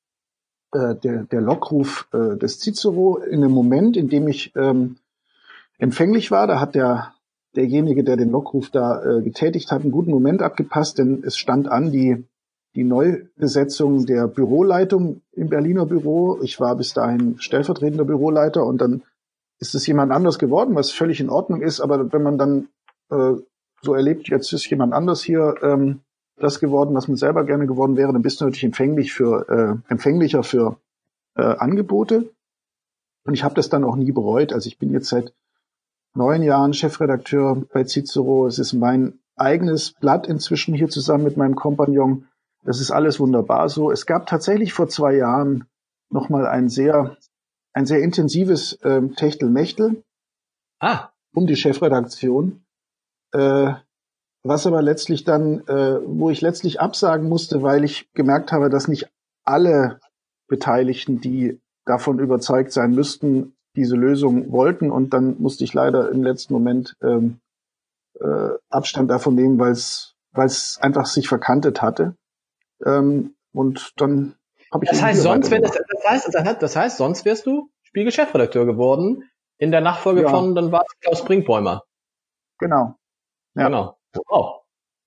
äh, der der Lockruf äh, des Cicero in einem Moment, in dem ich ähm, empfänglich war. Da hat der derjenige, der den Lockruf da äh, getätigt hat, einen guten Moment abgepasst, denn es stand an die die Neubesetzung der Büroleitung im Berliner Büro. Ich war bis dahin stellvertretender Büroleiter und dann ist es jemand anders geworden, was völlig in Ordnung ist. Aber wenn man dann äh, so erlebt, jetzt ist jemand anders hier ähm, das geworden, was man selber gerne geworden wäre, dann bist du natürlich empfänglich für äh, empfänglicher für äh, Angebote. Und ich habe das dann auch nie bereut. Also ich bin jetzt seit neun Jahren Chefredakteur bei Cicero. Es ist mein eigenes Blatt inzwischen hier zusammen mit meinem Kompagnon. Das ist alles wunderbar so. Es gab tatsächlich vor zwei Jahren nochmal ein sehr, ein sehr intensives ähm, Techtelmechtel ah. um die Chefredaktion, äh, was aber letztlich dann, äh, wo ich letztlich absagen musste, weil ich gemerkt habe, dass nicht alle Beteiligten, die davon überzeugt sein müssten, diese Lösung wollten. Und dann musste ich leider im letzten Moment ähm, äh, Abstand davon nehmen, weil es weil es einfach sich verkantet hatte. Ähm, und dann habe ich das heißt, sonst wär das, das heißt, das heißt, sonst wärst du Spiegel-Chefredakteur geworden in der Nachfolge ja. von, dann war es Klaus Brinkbäumer. Genau. Ja. Genau. Wow.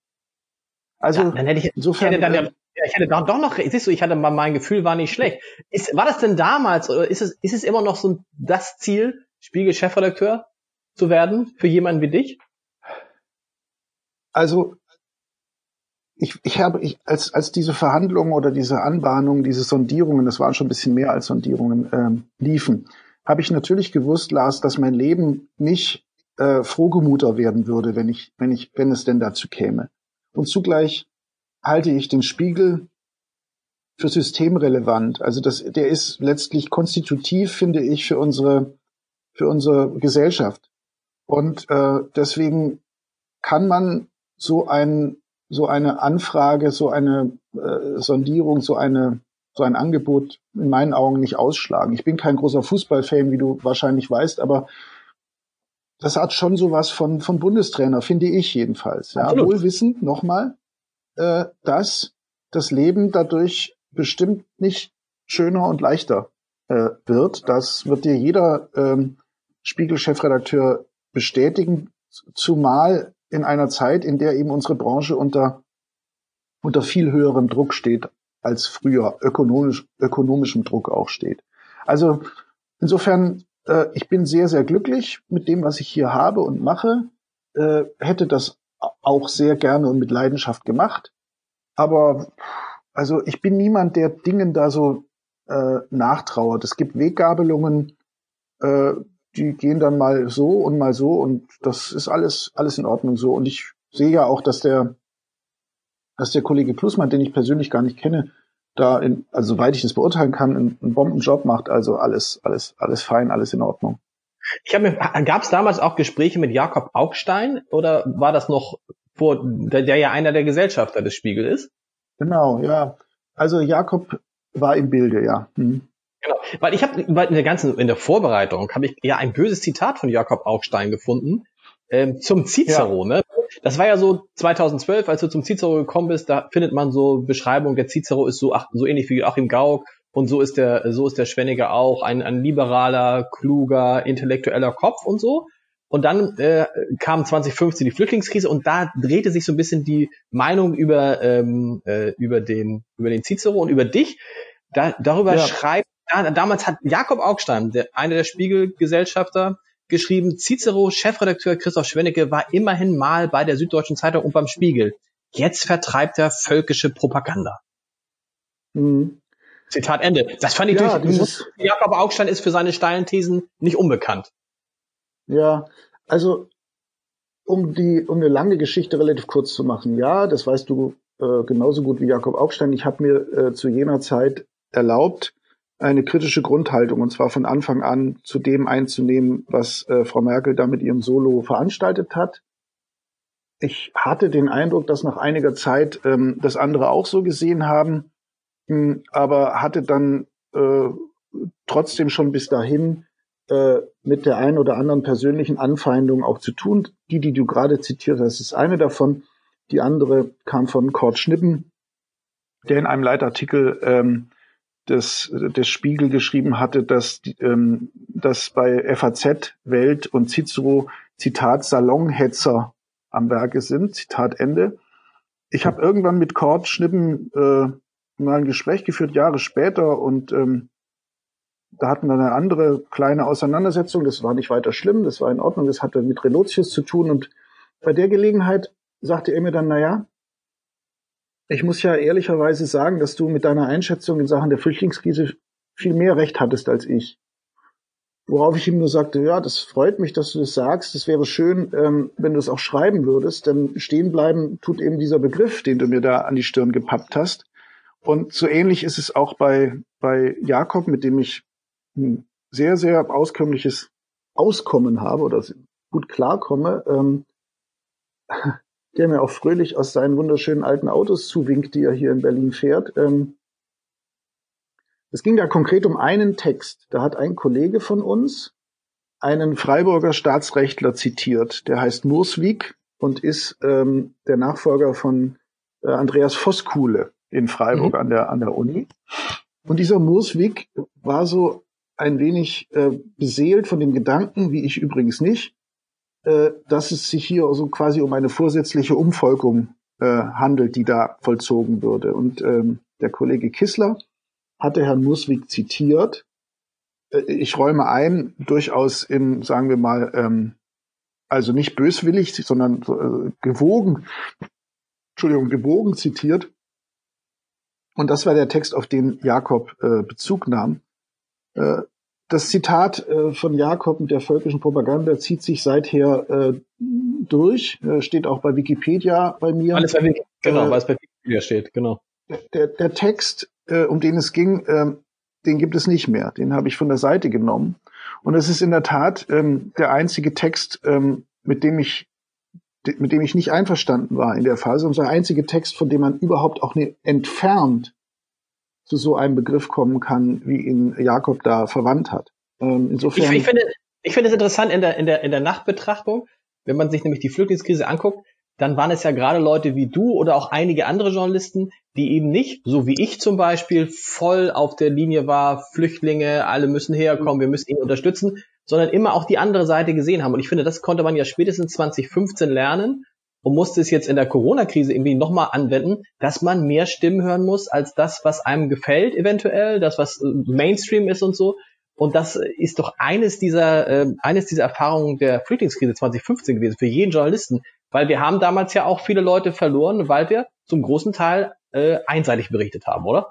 Also ja, dann hätte ich, insofern, ich hätte dann ja, ich hätte doch, doch noch, siehst du, ich hatte mal, mein Gefühl war nicht schlecht. Ist, war das denn damals oder ist es, ist es immer noch so das Ziel, Spiegel-Chefredakteur zu werden für jemanden wie dich? Also ich, ich habe, ich, als als diese Verhandlungen oder diese Anbahnungen, diese Sondierungen, das waren schon ein bisschen mehr als Sondierungen, ähm, liefen, habe ich natürlich gewusst, Lars, dass mein Leben nicht äh, frohgemuter werden würde, wenn ich, wenn ich, wenn es denn dazu käme. Und zugleich halte ich den Spiegel für systemrelevant. Also das, der ist letztlich konstitutiv, finde ich, für unsere, für unsere Gesellschaft. Und äh, deswegen kann man so ein, so eine Anfrage, so eine äh, Sondierung, so eine, so ein Angebot in meinen Augen nicht ausschlagen. Ich bin kein großer Fußballfan, wie du wahrscheinlich weißt, aber das hat schon sowas von, von Bundestrainer, finde ich jedenfalls. Ja, wohl wissend, nochmal, äh, dass das Leben dadurch bestimmt nicht schöner und leichter äh, wird. Das wird dir jeder ähm, Spiegel-Chefredakteur bestätigen. zumal in einer Zeit, in der eben unsere Branche unter, unter viel höherem Druck steht als früher, ökonomisch, ökonomischem Druck auch steht. Also insofern, äh, ich bin sehr, sehr glücklich mit dem, was ich hier habe und mache, äh, hätte das auch sehr gerne und mit Leidenschaft gemacht. Aber also ich bin niemand, der Dingen da so äh, nachtrauert. Es gibt Weggabelungen, äh, die gehen dann mal so und mal so und das ist alles alles in Ordnung so. Und ich sehe ja auch, dass der dass der Kollege Klusmann, den ich persönlich gar nicht kenne, da, in, also soweit ich das beurteilen kann, einen, einen Bombenjob macht. Also alles alles alles fein, alles in Ordnung. Ich habe mir, gab es damals auch Gespräche mit Jakob Augstein oder war das noch vor, der, der ja einer der Gesellschafter des Spiegel ist? Genau, ja. Also Jakob war im Bilde, ja. Hm. Genau, weil ich habe in der ganzen, in der Vorbereitung habe ich ja ein böses Zitat von Jakob Augstein gefunden ähm, zum Cicero. Ja. Ne? Das war ja so zweitausendzwölf, als du zum Cicero gekommen bist, da findet man so Beschreibung, der Cicero ist so ach, so ähnlich wie Joachim Gauck und so ist der so ist der Schwenniger auch ein, ein liberaler, kluger, intellektueller Kopf und so. Und dann äh, kam zwanzig fünfzehn die Flüchtlingskrise und da drehte sich so ein bisschen die Meinung über ähm, äh, über den über den Cicero und über dich. Da, darüber ja. schreibt, da, damals hat Jakob Augstein, der, einer der Spiegel-Gesellschafter, geschrieben, Cicero, Chefredakteur Christoph Schwennecke, war immerhin mal bei der Süddeutschen Zeitung und beim Spiegel. Jetzt vertreibt er völkische Propaganda. Mhm. Zitat Ende. Das fand ich ja, durch. Jakob Augstein ist für seine steilen Thesen nicht unbekannt. Ja, also um die um eine lange Geschichte relativ kurz zu machen. Ja, das weißt du äh, genauso gut wie Jakob Augstein. Ich habe mir äh, zu jener Zeit erlaubt, eine kritische Grundhaltung, und zwar von Anfang an, zu dem einzunehmen, was äh, Frau Merkel da mit ihrem Solo veranstaltet hat. Ich hatte den Eindruck, dass nach einiger Zeit ähm, das andere auch so gesehen haben, mh, aber hatte dann äh, trotzdem schon bis dahin äh, mit der einen oder anderen persönlichen Anfeindung auch zu tun. Die, die du gerade zitiert hast, ist eine davon. Die andere kam von Kurt Schnippen, der in einem Leitartikel ähm, des, des Spiegel geschrieben hatte, dass, ähm, dass bei F A Z, Welt und Cicero, Zitat, Salonhetzer am Werke sind, Zitat Ende. Ich habe irgendwann mit Kurt Schnippen äh, mal ein Gespräch geführt, Jahre später, und ähm, da hatten wir eine andere kleine Auseinandersetzung. Das war nicht weiter schlimm, das war in Ordnung, das hatte mit Relotius zu tun. Und bei der Gelegenheit sagte er mir dann, naja, ich muss ja ehrlicherweise sagen, dass du mit deiner Einschätzung in Sachen der Flüchtlingskrise viel mehr Recht hattest als ich. Worauf ich ihm nur sagte, ja, das freut mich, dass du das sagst. Es wäre schön, ähm, wenn du es auch schreiben würdest, denn stehen bleiben tut eben dieser Begriff, den du mir da an die Stirn gepappt hast. Und so ähnlich ist es auch bei, bei Jakob, mit dem ich ein sehr, sehr auskömmliches Auskommen habe oder gut klarkomme, ähm, der mir auch fröhlich aus seinen wunderschönen alten Autos zuwinkt, die er hier in Berlin fährt. Ähm, es ging da konkret um einen Text. Da hat ein Kollege von uns einen Freiburger Staatsrechtler zitiert. Der heißt Murswijk und ist ähm, der Nachfolger von äh, Andreas Voskuhle in Freiburg mhm. an der an der Uni. Und dieser Murswijk war so ein wenig äh, beseelt von dem Gedanken, wie ich übrigens nicht, äh, dass es sich hier so quasi um eine vorsätzliche Umvolkung äh, handelt, die da vollzogen würde. Und ähm, der Kollege Kissler hatte Herrn Murswijk zitiert. Äh, ich räume ein, durchaus in, sagen wir mal, ähm, also nicht böswillig, sondern äh, gewogen, Entschuldigung, gewogen zitiert. Und das war der Text, auf den Jakob äh, Bezug nahm. Äh, das Zitat äh, von Jakob mit der völkischen Propaganda zieht sich seither äh, durch, äh, steht auch bei Wikipedia bei mir. Alles bei Wikipedia, genau, äh, weil es bei Wikipedia steht, genau. Der, der Text, äh, um den es ging, äh, den gibt es nicht mehr. Den habe ich von der Seite genommen. Und es ist in der Tat ähm, der einzige Text, ähm, mit dem ich mit dem ich nicht einverstanden war in der Phase, und der einzige Text, von dem man überhaupt auch nicht entfernt zu so einem Begriff kommen kann, wie ihn Jakob da verwandt hat. Ähm, insofern. Ich, ich finde, ich finde es interessant in der, in der, in der Nachbetrachtung, wenn man sich nämlich die Flüchtlingskrise anguckt, dann waren es ja gerade Leute wie du oder auch einige andere Journalisten, die eben nicht, so wie ich zum Beispiel, voll auf der Linie war, Flüchtlinge, alle müssen herkommen, wir müssen ihn unterstützen, sondern immer auch die andere Seite gesehen haben. Und ich finde, das konnte man ja spätestens zwanzig fünfzehn lernen und musste es jetzt in der Corona-Krise irgendwie nochmal anwenden, dass man mehr Stimmen hören muss als das, was einem gefällt eventuell, das, was Mainstream ist und so. Und das ist doch eines dieser, äh, eines dieser Erfahrungen der Flüchtlingskrise zwanzig fünfzehn gewesen, für jeden Journalisten. Weil wir haben damals ja auch viele Leute verloren, weil wir zum großen Teil äh, einseitig berichtet haben, oder?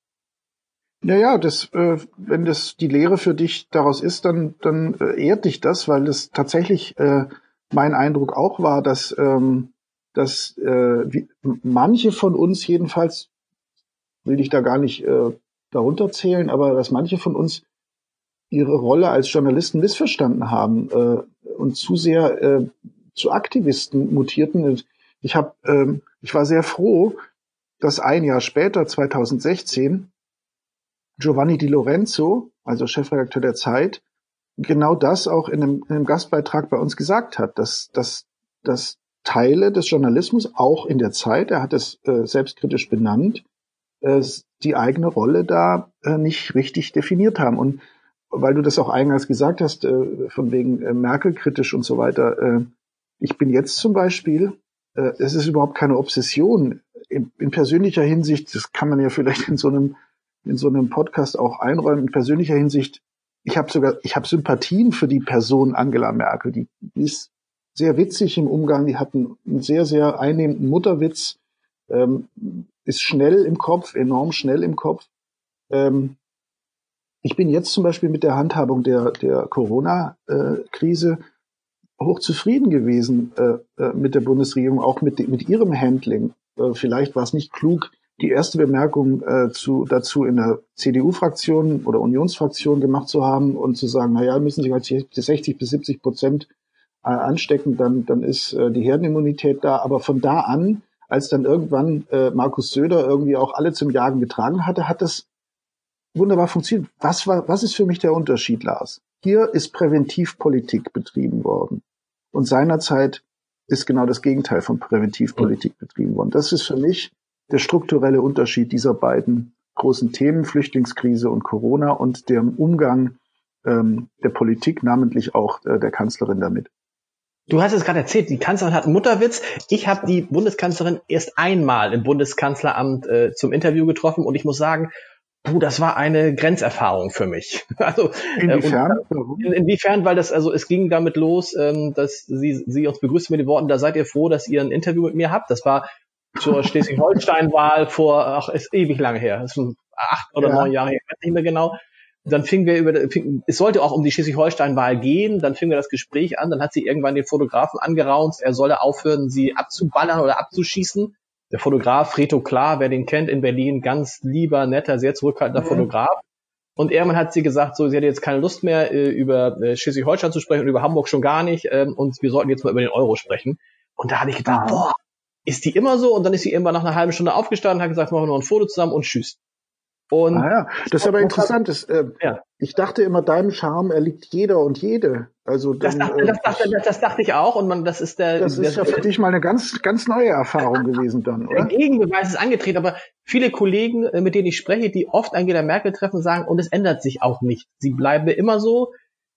Naja, das, äh, wenn das die Lehre für dich daraus ist, dann, dann äh, ehrt dich das, weil das tatsächlich äh, mein Eindruck auch war, dass, ähm, dass äh, wie, manche von uns jedenfalls, will ich da gar nicht äh, darunter zählen, aber dass manche von uns ihre Rolle als Journalisten missverstanden haben äh, und zu sehr äh, zu Aktivisten mutierten. Ich hab, ähm, ich war sehr froh, dass ein Jahr später, zwanzig sechzehn, Giovanni Di Lorenzo, also Chefredakteur der Zeit, genau das auch in einem, in einem Gastbeitrag bei uns gesagt hat, dass, dass, dass Teile des Journalismus auch in der Zeit, er hat es äh, selbstkritisch benannt, äh, die eigene Rolle da äh, nicht richtig definiert haben. Und weil du das auch eingangs gesagt hast, äh, von wegen äh, Merkel kritisch und so weiter, äh, ich bin jetzt zum Beispiel, äh, es ist überhaupt keine Obsession in, in persönlicher Hinsicht, das kann man ja vielleicht in so einem in so einem Podcast auch einräumen, in persönlicher Hinsicht, ich habe sogar, ich habe Sympathien für die Person Angela Merkel, die, die ist sehr witzig im Umgang, die hat einen, einen sehr, sehr einnehmenden Mutterwitz, ähm, ist schnell im Kopf, enorm schnell im Kopf. Ähm, ich bin jetzt zum Beispiel mit der Handhabung der, der Corona-Krise hochzufrieden gewesen äh, äh, mit der Bundesregierung, auch mit, mit ihrem Handling. Äh, vielleicht war es nicht klug, die erste Bemerkung äh, zu, dazu in der C D U-Fraktion oder Unionsfraktion gemacht zu haben und zu sagen, naja, müssen sich halt sechzig bis siebzig Prozent äh, anstecken, dann, dann ist äh, die Herdenimmunität da. Aber von da an, als dann irgendwann äh, Markus Söder irgendwie auch alle zum Jagen getragen hatte, hat das wunderbar funktioniert. Was war, was ist für mich der Unterschied, Lars? Hier ist Präventivpolitik betrieben worden. Und seinerzeit ist genau das Gegenteil von Präventivpolitik betrieben worden. Das ist für mich der strukturelle Unterschied dieser beiden großen Themen, Flüchtlingskrise und Corona, und dem Umgang ähm, der Politik, namentlich auch äh, der Kanzlerin damit. Du hast es gerade erzählt, die Kanzlerin hat einen Mutterwitz. Ich habe die Bundeskanzlerin erst einmal im Bundeskanzleramt äh, zum Interview getroffen und ich muss sagen, puh, das war eine Grenzerfahrung für mich. Also inwiefern? Äh, in, inwiefern, weil das, also es ging damit los, ähm, dass sie, sie uns begrüßte mit den Worten, da seid ihr froh, dass ihr ein Interview mit mir habt. Das war zur Schleswig-Holstein-Wahl vor, ach, ist ewig lange her, das ist schon acht oder ja. neun Jahre her, ich weiß nicht mehr genau. Dann fingen wir über, fing, es sollte auch um die Schleswig-Holstein-Wahl gehen, dann fingen wir das Gespräch an, dann hat sie irgendwann den Fotografen angeraunt, er solle aufhören, sie abzuballern oder abzuschießen. Der Fotograf, Reto Klar, wer den kennt in Berlin, ganz lieber, netter, sehr zurückhaltender mhm. Fotograf. Und irgendwann hat sie gesagt, so, sie hatte jetzt keine Lust mehr, äh, über äh, Schleswig-Holstein zu sprechen und über Hamburg schon gar nicht, ähm, und wir sollten jetzt mal über den Euro sprechen. Und da habe ich gedacht, boah, ist die immer so? Und dann ist sie irgendwann nach einer halben Stunde aufgestanden, hat gesagt, machen wir noch ein Foto zusammen und tschüss. Und ah ja, das ist aber interessant. Das, äh, ja. Ich dachte immer, deinem Charme erliegt jeder und jede. Also dann, das, dachte, das, dachte, das, das dachte ich auch. Und man, das ist der. Das ist der, ja für dich mal eine ganz, ganz neue Erfahrung gewesen dann, oder? Der Gegenbeweis ist angetreten. Aber viele Kollegen, mit denen ich spreche, die oft Angela Merkel treffen, sagen, und es ändert sich auch nicht. Sie bleibe immer so.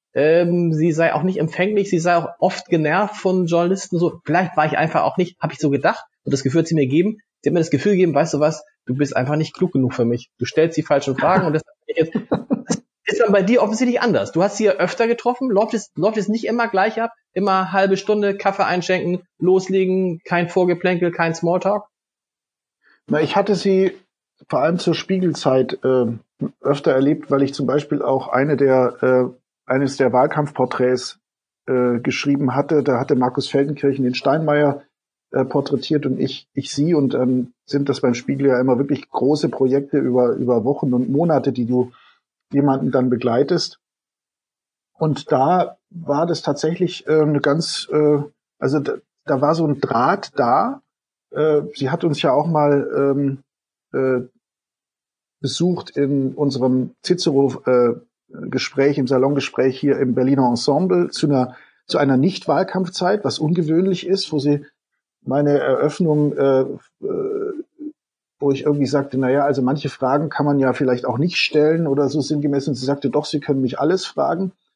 Ähm, sie sei auch nicht empfänglich. Sie sei auch oft genervt von Journalisten. So, vielleicht war ich einfach auch nicht. Habe ich so gedacht. Und das Gefühl hat sie mir gegeben. Sie hat mir das Gefühl gegeben, weißt du was, du bist einfach nicht klug genug für mich. Du stellst die falschen Fragen und das ist dann bei dir offensichtlich anders. Du hast sie ja öfter getroffen, läuft es, läuft es nicht immer gleich ab, immer halbe Stunde Kaffee einschenken, loslegen, kein Vorgeplänkel, kein Smalltalk? Na, ich hatte sie vor allem zur Spiegelzeit äh, öfter erlebt, weil ich zum Beispiel auch eine der, äh, eines der Wahlkampfporträts äh, geschrieben hatte. Da hatte Markus Feldenkirchen den Steinmeier Äh, porträtiert und ich ich sie, und dann ähm, sind das beim Spiegel ja immer wirklich große Projekte über über Wochen und Monate, die du jemanden dann begleitest. Und da war das tatsächlich äh, eine ganz, äh, also da, da war so ein Draht da. Äh, sie hat uns ja auch mal ähm, äh, besucht in unserem Cicero-Gespräch, äh, im Salongespräch hier im Berliner Ensemble zu einer zu einer Nicht-Wahlkampfzeit, was ungewöhnlich ist, wo sie meine Eröffnung, äh, äh, wo ich irgendwie sagte, naja, also manche Fragen kann man ja vielleicht auch nicht stellen oder so sinngemäß. Und sie sagte, doch, Sie können mich alles fragen.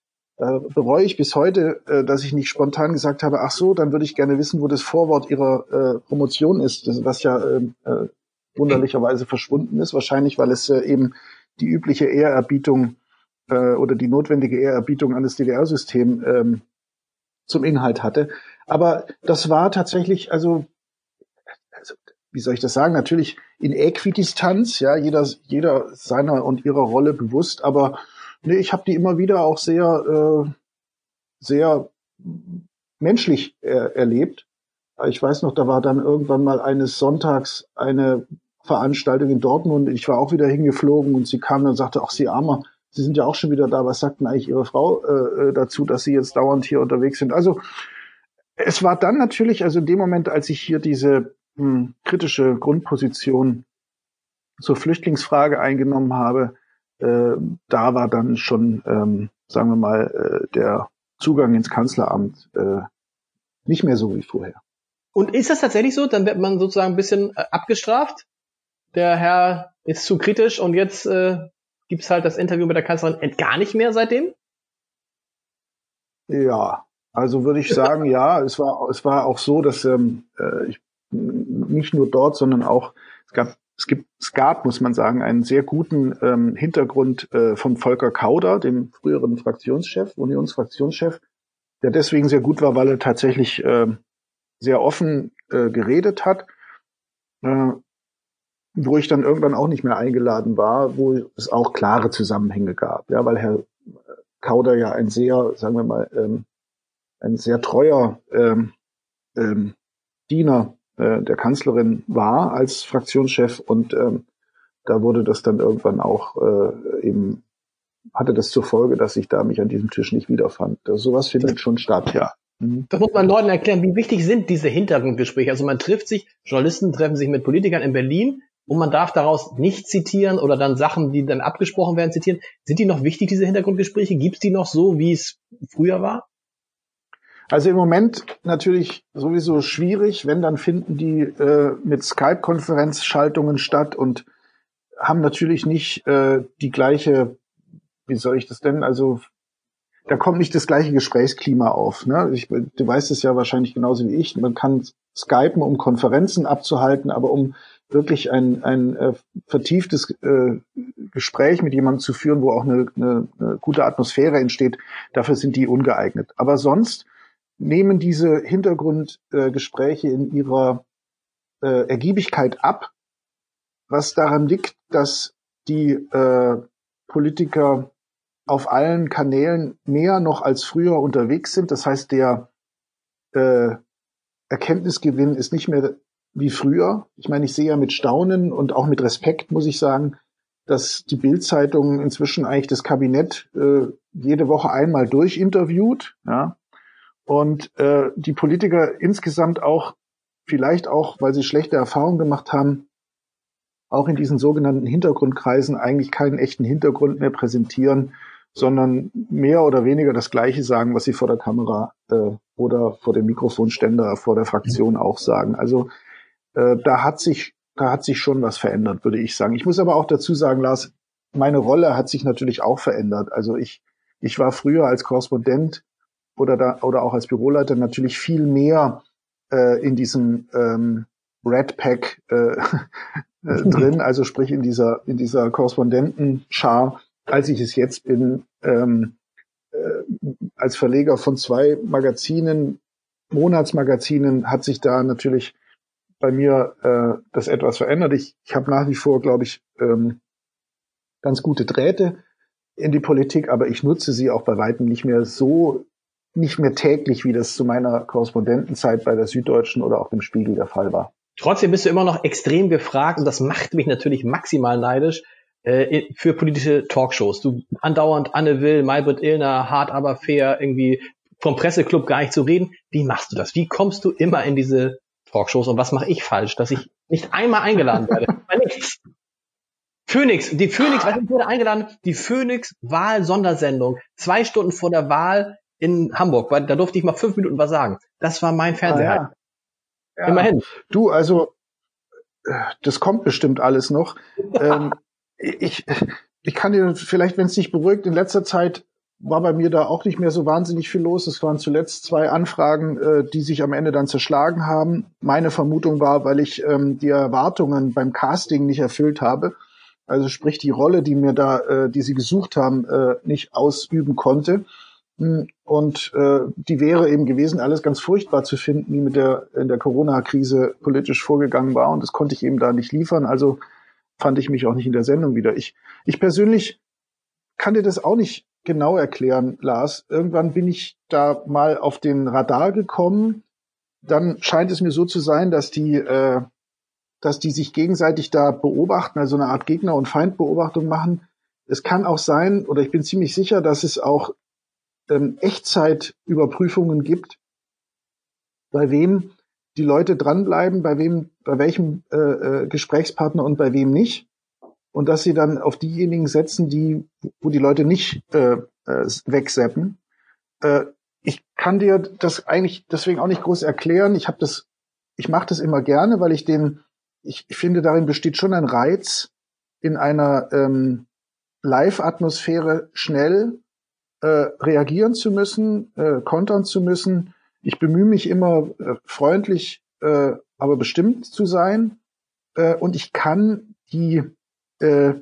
Da bereue ich bis heute, äh, dass ich nicht spontan gesagt habe, ach so, dann würde ich gerne wissen, wo das Vorwort Ihrer äh, Promotion ist, das, was ja äh, äh, wunderlicherweise verschwunden ist. Wahrscheinlich, weil es äh, eben die übliche Ehrerbietung äh, oder die notwendige Ehrerbietung an das D D R-System ähm, zum Inhalt hatte. Aber das war tatsächlich, also, also wie soll ich das sagen, natürlich in Äquidistanz, ja, jeder, jeder seiner und ihrer Rolle bewusst, aber nee, ich habe die immer wieder auch sehr, äh, sehr menschlich äh, erlebt. Ich weiß noch, da war dann irgendwann mal eines Sonntags eine Veranstaltung in Dortmund. Ich war auch wieder hingeflogen und sie kam dann und sagte, ach, Sie Armer, Sie sind ja auch schon wieder da. Was sagt denn eigentlich Ihre Frau äh, dazu, dass Sie jetzt dauernd hier unterwegs sind? Also es war dann natürlich, also in dem Moment, als ich hier diese hm, kritische Grundposition zur Flüchtlingsfrage eingenommen habe, äh, da war dann schon, ähm, sagen wir mal, äh, der Zugang ins Kanzleramt äh, nicht mehr so wie vorher. Und ist das tatsächlich so? Dann wird man sozusagen ein bisschen äh, abgestraft? Der Herr ist zu kritisch und jetzt äh, gibt's halt das Interview mit der Kanzlerin gar nicht mehr seitdem? Ja, also würde ich sagen, ja, es war es war auch so, dass ähm, äh, ich, nicht nur dort, sondern auch es gab es gibt es gab, muss man sagen, einen sehr guten ähm, Hintergrund äh, von Volker Kauder, dem früheren Fraktionschef, Unionsfraktionschef, der deswegen sehr gut war, weil er tatsächlich äh, sehr offen äh, geredet hat, äh, wo ich dann irgendwann auch nicht mehr eingeladen war, wo es auch klare Zusammenhänge gab, ja, weil Herr Kauder ja ein sehr, sagen wir mal, ähm, ein sehr treuer ähm, ähm, Diener äh, der Kanzlerin war als Fraktionschef und ähm, da wurde das dann irgendwann auch äh, eben, hatte das zur Folge, dass ich da mich an diesem Tisch nicht wiederfand. Also sowas findet schon statt, ja. Mhm. Das muss man Leuten erklären, wie wichtig sind diese Hintergrundgespräche. Also man trifft sich, Journalisten treffen sich mit Politikern in Berlin und man darf daraus nicht zitieren oder dann Sachen, die dann abgesprochen werden, zitieren. Sind die noch wichtig, diese Hintergrundgespräche? Gibt's die noch so, wie es früher war? Also im Moment natürlich sowieso schwierig, wenn, dann finden die äh, mit Skype-Konferenzschaltungen statt und haben natürlich nicht äh, die gleiche, wie soll ich das denn, also da kommt nicht das gleiche Gesprächsklima auf. Ne? Ich, du weißt es ja wahrscheinlich genauso wie ich, man kann skypen, um Konferenzen abzuhalten, aber um wirklich ein, ein äh, vertieftes äh, Gespräch mit jemandem zu führen, wo auch eine, eine, eine gute Atmosphäre entsteht, dafür sind die ungeeignet. Aber sonst nehmen diese Hintergrundgespräche äh, in ihrer äh, Ergiebigkeit ab, was daran liegt, dass die äh, Politiker auf allen Kanälen mehr noch als früher unterwegs sind. Das heißt, der äh, Erkenntnisgewinn ist nicht mehr wie früher. Ich meine, ich sehe ja mit Staunen und auch mit Respekt, muss ich sagen, dass die Bild-Zeitung inzwischen eigentlich das Kabinett äh, jede Woche einmal durchinterviewt, ja, und äh, die Politiker insgesamt auch, vielleicht auch, weil sie schlechte Erfahrungen gemacht haben, auch in diesen sogenannten Hintergrundkreisen eigentlich keinen echten Hintergrund mehr präsentieren, sondern mehr oder weniger das Gleiche sagen, was sie vor der Kamera äh, oder vor dem Mikrofonständer, vor der Fraktion auch sagen. Also äh, da hat sich da hat sich schon was verändert, würde ich sagen. Ich muss aber auch dazu sagen, Lars, meine Rolle hat sich natürlich auch verändert. Also ich ich war früher als Korrespondent oder da oder auch als Büroleiter natürlich viel mehr äh, in diesem ähm, Red Pack äh, äh, drin, also sprich in dieser in dieser Korrespondentenschar, als ich es jetzt bin, ähm, äh, als Verleger von zwei Magazinen, Monatsmagazinen, hat sich da natürlich bei mir äh, das etwas verändert. Ich, ich habe nach wie vor, glaube ich, ähm, ganz gute Drähte in die Politik, aber ich nutze sie auch bei weitem nicht mehr so, nicht mehr täglich, wie das zu meiner Korrespondentenzeit bei der Süddeutschen oder auch dem Spiegel der Fall war. Trotzdem bist du immer noch extrem gefragt und das macht mich natürlich maximal neidisch äh, für politische Talkshows. Du andauernd Anne Will, Maybrit Illner, hart aber fair, irgendwie vom Presseclub gar nicht zu reden. Wie machst du das? Wie kommst du immer in diese Talkshows und was mache ich falsch, dass ich nicht einmal eingeladen werde? Bei nichts. Phoenix, die Phoenix, was ich wurde eingeladen? Die Phoenix-Wahl-Sondersendung. Zwei Stunden vor der Wahl in Hamburg, weil da durfte ich mal fünf Minuten was sagen. Das war mein Fernseher. Ah, ja. Ja. Immerhin. Du, also, das kommt bestimmt alles noch. ähm, ich, ich kann dir vielleicht, wenn es dich beruhigt, in letzter Zeit war bei mir da auch nicht mehr so wahnsinnig viel los. Es waren zuletzt zwei Anfragen, äh, die sich am Ende dann zerschlagen haben. Meine Vermutung war, weil ich ähm, die Erwartungen beim Casting nicht erfüllt habe. Also sprich die Rolle, die mir da, äh, die sie gesucht haben, äh, nicht ausüben konnte. Und äh, die wäre eben gewesen, alles ganz furchtbar zu finden, wie mit der in der Corona-Krise politisch vorgegangen war. Und das konnte ich eben da nicht liefern. Also fand ich mich auch nicht in der Sendung wieder. Ich, ich persönlich kann dir das auch nicht genau erklären, Lars. Irgendwann bin ich da mal auf den Radar gekommen. Dann scheint es mir so zu sein, dass die, äh, dass die sich gegenseitig da beobachten, also eine Art Gegner- und Feindbeobachtung machen. Es kann auch sein, oder ich bin ziemlich sicher, dass es auch ähm, Echtzeitüberprüfungen gibt, bei wem die Leute dranbleiben, bei wem, bei welchem äh, äh, Gesprächspartner und bei wem nicht. Und dass sie dann auf diejenigen setzen, die, wo die Leute nicht äh, äh, wegseppen. Äh, ich kann dir das eigentlich deswegen auch nicht groß erklären. Ich habe das, ich mache das immer gerne, weil ich den, ich, ich finde, darin besteht schon ein Reiz, in einer ähm, Live-Atmosphäre schnell äh, reagieren zu müssen, äh, kontern zu müssen. Ich bemühe mich immer äh, freundlich, äh, aber bestimmt zu sein. Äh, und ich kann die äh,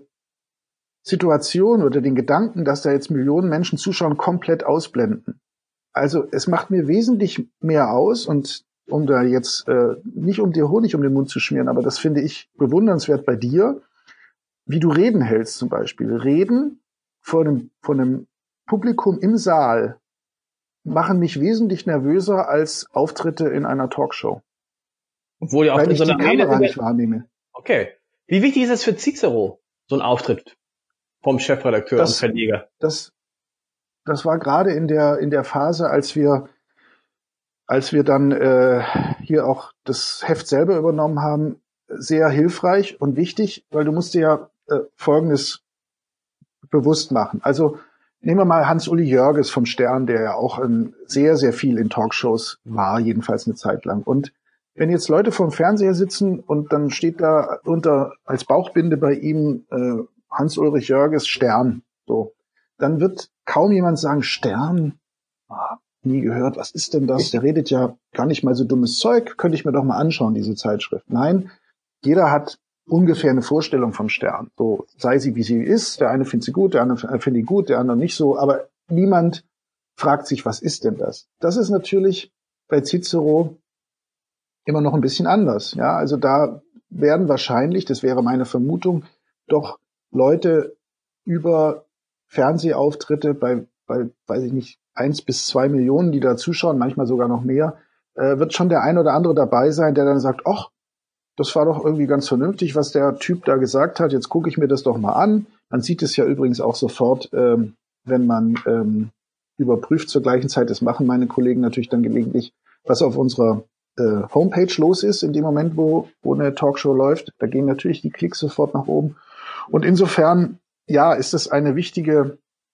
Situation oder den Gedanken, dass da jetzt Millionen Menschen zuschauen, komplett ausblenden. Also es macht mir wesentlich mehr aus, und um da jetzt äh, nicht um dir Honig um den Mund zu schmieren, aber das finde ich bewundernswert bei dir, wie du Reden hältst zum Beispiel. Reden vor einem, vor einem Publikum im Saal machen mich wesentlich nervöser als Auftritte in einer Talkshow. Obwohl ja auch weil in ich so die einer Kamera Rede nicht wahrnehme. Okay. Wie wichtig ist es für Cicero, so ein Auftritt vom Chefredakteur Das- und Verleger? Das, das war gerade in der in der Phase, als wir als wir dann äh, hier auch das Heft selber übernommen haben, sehr hilfreich und wichtig, weil du musst dir ja äh, Folgendes bewusst machen. Also nehmen wir mal Hans-Uli Jörges vom Stern, der ja auch ähm, sehr, sehr viel in Talkshows war, jedenfalls eine Zeit lang. Und wenn jetzt Leute vorm Fernseher sitzen und dann steht da unter als Bauchbinde bei ihm äh, Hans-Ulrich Jörges Stern, so, dann wird kaum jemand sagen, Stern, ah, nie gehört, was ist denn das? Der redet ja gar nicht mal so dummes Zeug, könnte ich mir doch mal anschauen, diese Zeitschrift. Nein, jeder hat ungefähr eine Vorstellung vom Stern. So, sei sie, wie sie ist. Der eine findet sie gut, der andere findet die gut, der andere nicht so. Aber niemand fragt sich, was ist denn das? Das ist natürlich bei Cicero immer noch ein bisschen anders. Ja, also da werden wahrscheinlich, das wäre meine Vermutung, doch Leute über Fernsehauftritte bei, bei, weiß ich nicht, eins bis zwei Millionen, die da zuschauen, manchmal sogar noch mehr, äh, wird schon der ein oder andere dabei sein, der dann sagt, ach, das war doch irgendwie ganz vernünftig, was der Typ da gesagt hat. Jetzt gucke ich mir das doch mal an. Man sieht es ja übrigens auch sofort, ähm, wenn man ähm, überprüft zur gleichen Zeit. Das machen meine Kollegen natürlich dann gelegentlich, was auf unserer äh, Homepage los ist in dem Moment, wo, wo eine Talkshow läuft. Da gehen natürlich die Klicks sofort nach oben. Und insofern, ja, ist das eine wichtige,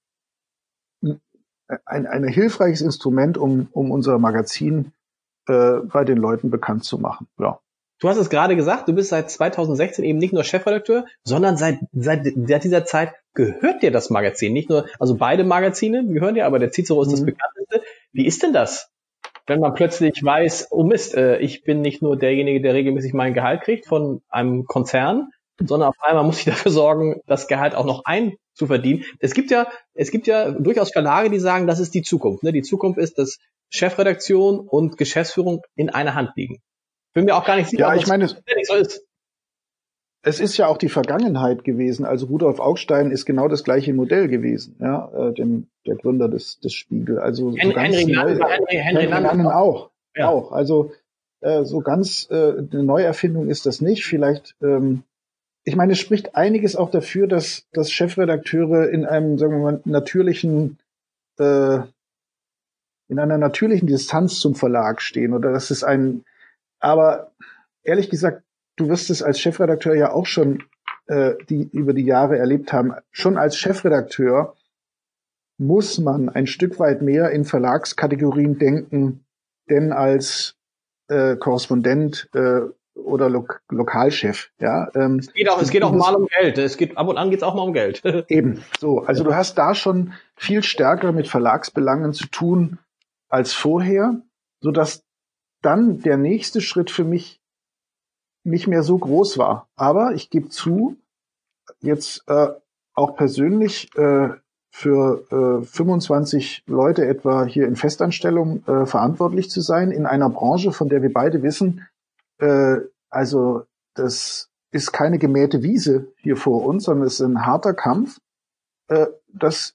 ein, ein hilfreiches Instrument, um, um unser Magazin äh, bei den Leuten bekannt zu machen. Ja. Du hast es gerade gesagt, du bist seit zweitausendsechzehn eben nicht nur Chefredakteur, sondern seit, seit, seit dieser Zeit gehört dir das Magazin. Nicht nur, also beide Magazine gehören dir, aber der Cicero ist mhm. das bekannteste. Wie ist denn das, wenn man plötzlich weiß, oh Mist, äh, ich bin nicht nur derjenige, der regelmäßig mein Gehalt kriegt von einem Konzern, sondern auf einmal muss ich dafür sorgen, das Gehalt auch noch einzuverdienen. Es gibt ja, es gibt ja durchaus Verlage, die sagen, das ist die Zukunft. Ne? Die Zukunft ist, dass Chefredaktion und Geschäftsführung in einer Hand liegen. Bin mir auch gar nicht sicher, ja, ob ich meine, es, so ist. Es ist ja auch die Vergangenheit gewesen. Also Rudolf Augstein ist genau das gleiche Modell gewesen, ja, äh, dem, der Gründer des, des Spiegel. Also so Henry, ganz Henry, neu, Henry, Henry Lannen auch, ja. auch. Also äh, so ganz äh, eine Neuerfindung ist das nicht. Vielleicht, ähm, ich meine, es spricht einiges auch dafür, dass, dass Chefredakteure in einem, sagen wir mal, natürlichen äh, in einer natürlichen Distanz zum Verlag stehen oder dass es ein Aber ehrlich gesagt, du wirst es als Chefredakteur ja auch schon äh, die über die Jahre erlebt haben. Schon als Chefredakteur muss man ein Stück weit mehr in Verlagskategorien denken, denn als äh, Korrespondent äh, oder Lo- Lokalchef. Ja, ähm, es geht auch, es geht auch mal um Geld. Es geht ab und an geht's auch mal um Geld. Eben. So, also du hast da schon viel stärker mit Verlagsbelangen zu tun als vorher, so dass dann der nächste Schritt für mich nicht mehr so groß war. Aber ich gebe zu, jetzt äh, auch persönlich äh, für äh, fünfundzwanzig Leute etwa hier in Festanstellung äh, verantwortlich zu sein, in einer Branche, von der wir beide wissen, äh, also das ist keine gemähte Wiese hier vor uns, sondern es ist ein harter Kampf. Äh, das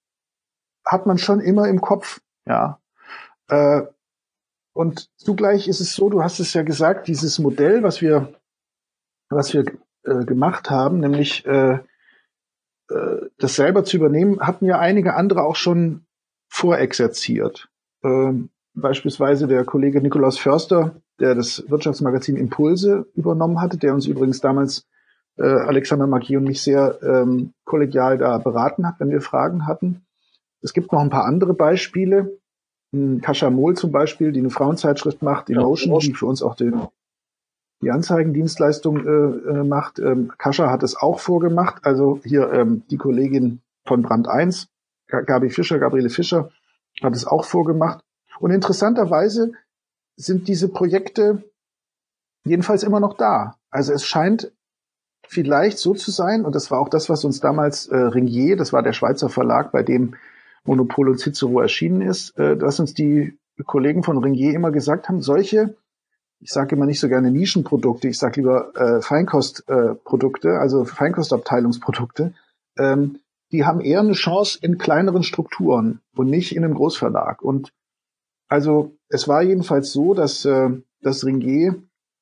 hat man schon immer im Kopf, ja. Äh, und zugleich ist es so, du hast es ja gesagt, dieses Modell, was wir, was wir äh, gemacht haben, nämlich äh, äh, das selber zu übernehmen, hatten ja einige andere auch schon vorexerziert. Ähm, beispielsweise der Kollege Nikolaus Förster, der das Wirtschaftsmagazin Impulse übernommen hatte, der uns übrigens damals äh, Alexander Marquis und mich sehr ähm, kollegial da beraten hat, wenn wir Fragen hatten. Es gibt noch ein paar andere Beispiele. Kascha Mohl zum Beispiel, die eine Frauenzeitschrift macht, Emotion, die für uns auch den, die Anzeigendienstleistung äh, äh, macht. Ähm, Kascha hat es auch vorgemacht. Also hier ähm, die Kollegin von Brand eins, Gabi Fischer, Gabriele Fischer, hat es auch vorgemacht. Und interessanterweise sind diese Projekte jedenfalls immer noch da. Also es scheint vielleicht so zu sein, und das war auch das, was uns damals äh, Ringier, das war der Schweizer Verlag, bei dem Monopol und Cicero erschienen ist, äh, dass uns die Kollegen von Ringier immer gesagt haben, solche, ich sage immer nicht so gerne Nischenprodukte, ich sage lieber äh, Feinkostprodukte, äh, also Feinkostabteilungsprodukte, ähm, die haben eher eine Chance in kleineren Strukturen und nicht in einem Großverlag. Und also es war jedenfalls so, dass, äh, dass Ringier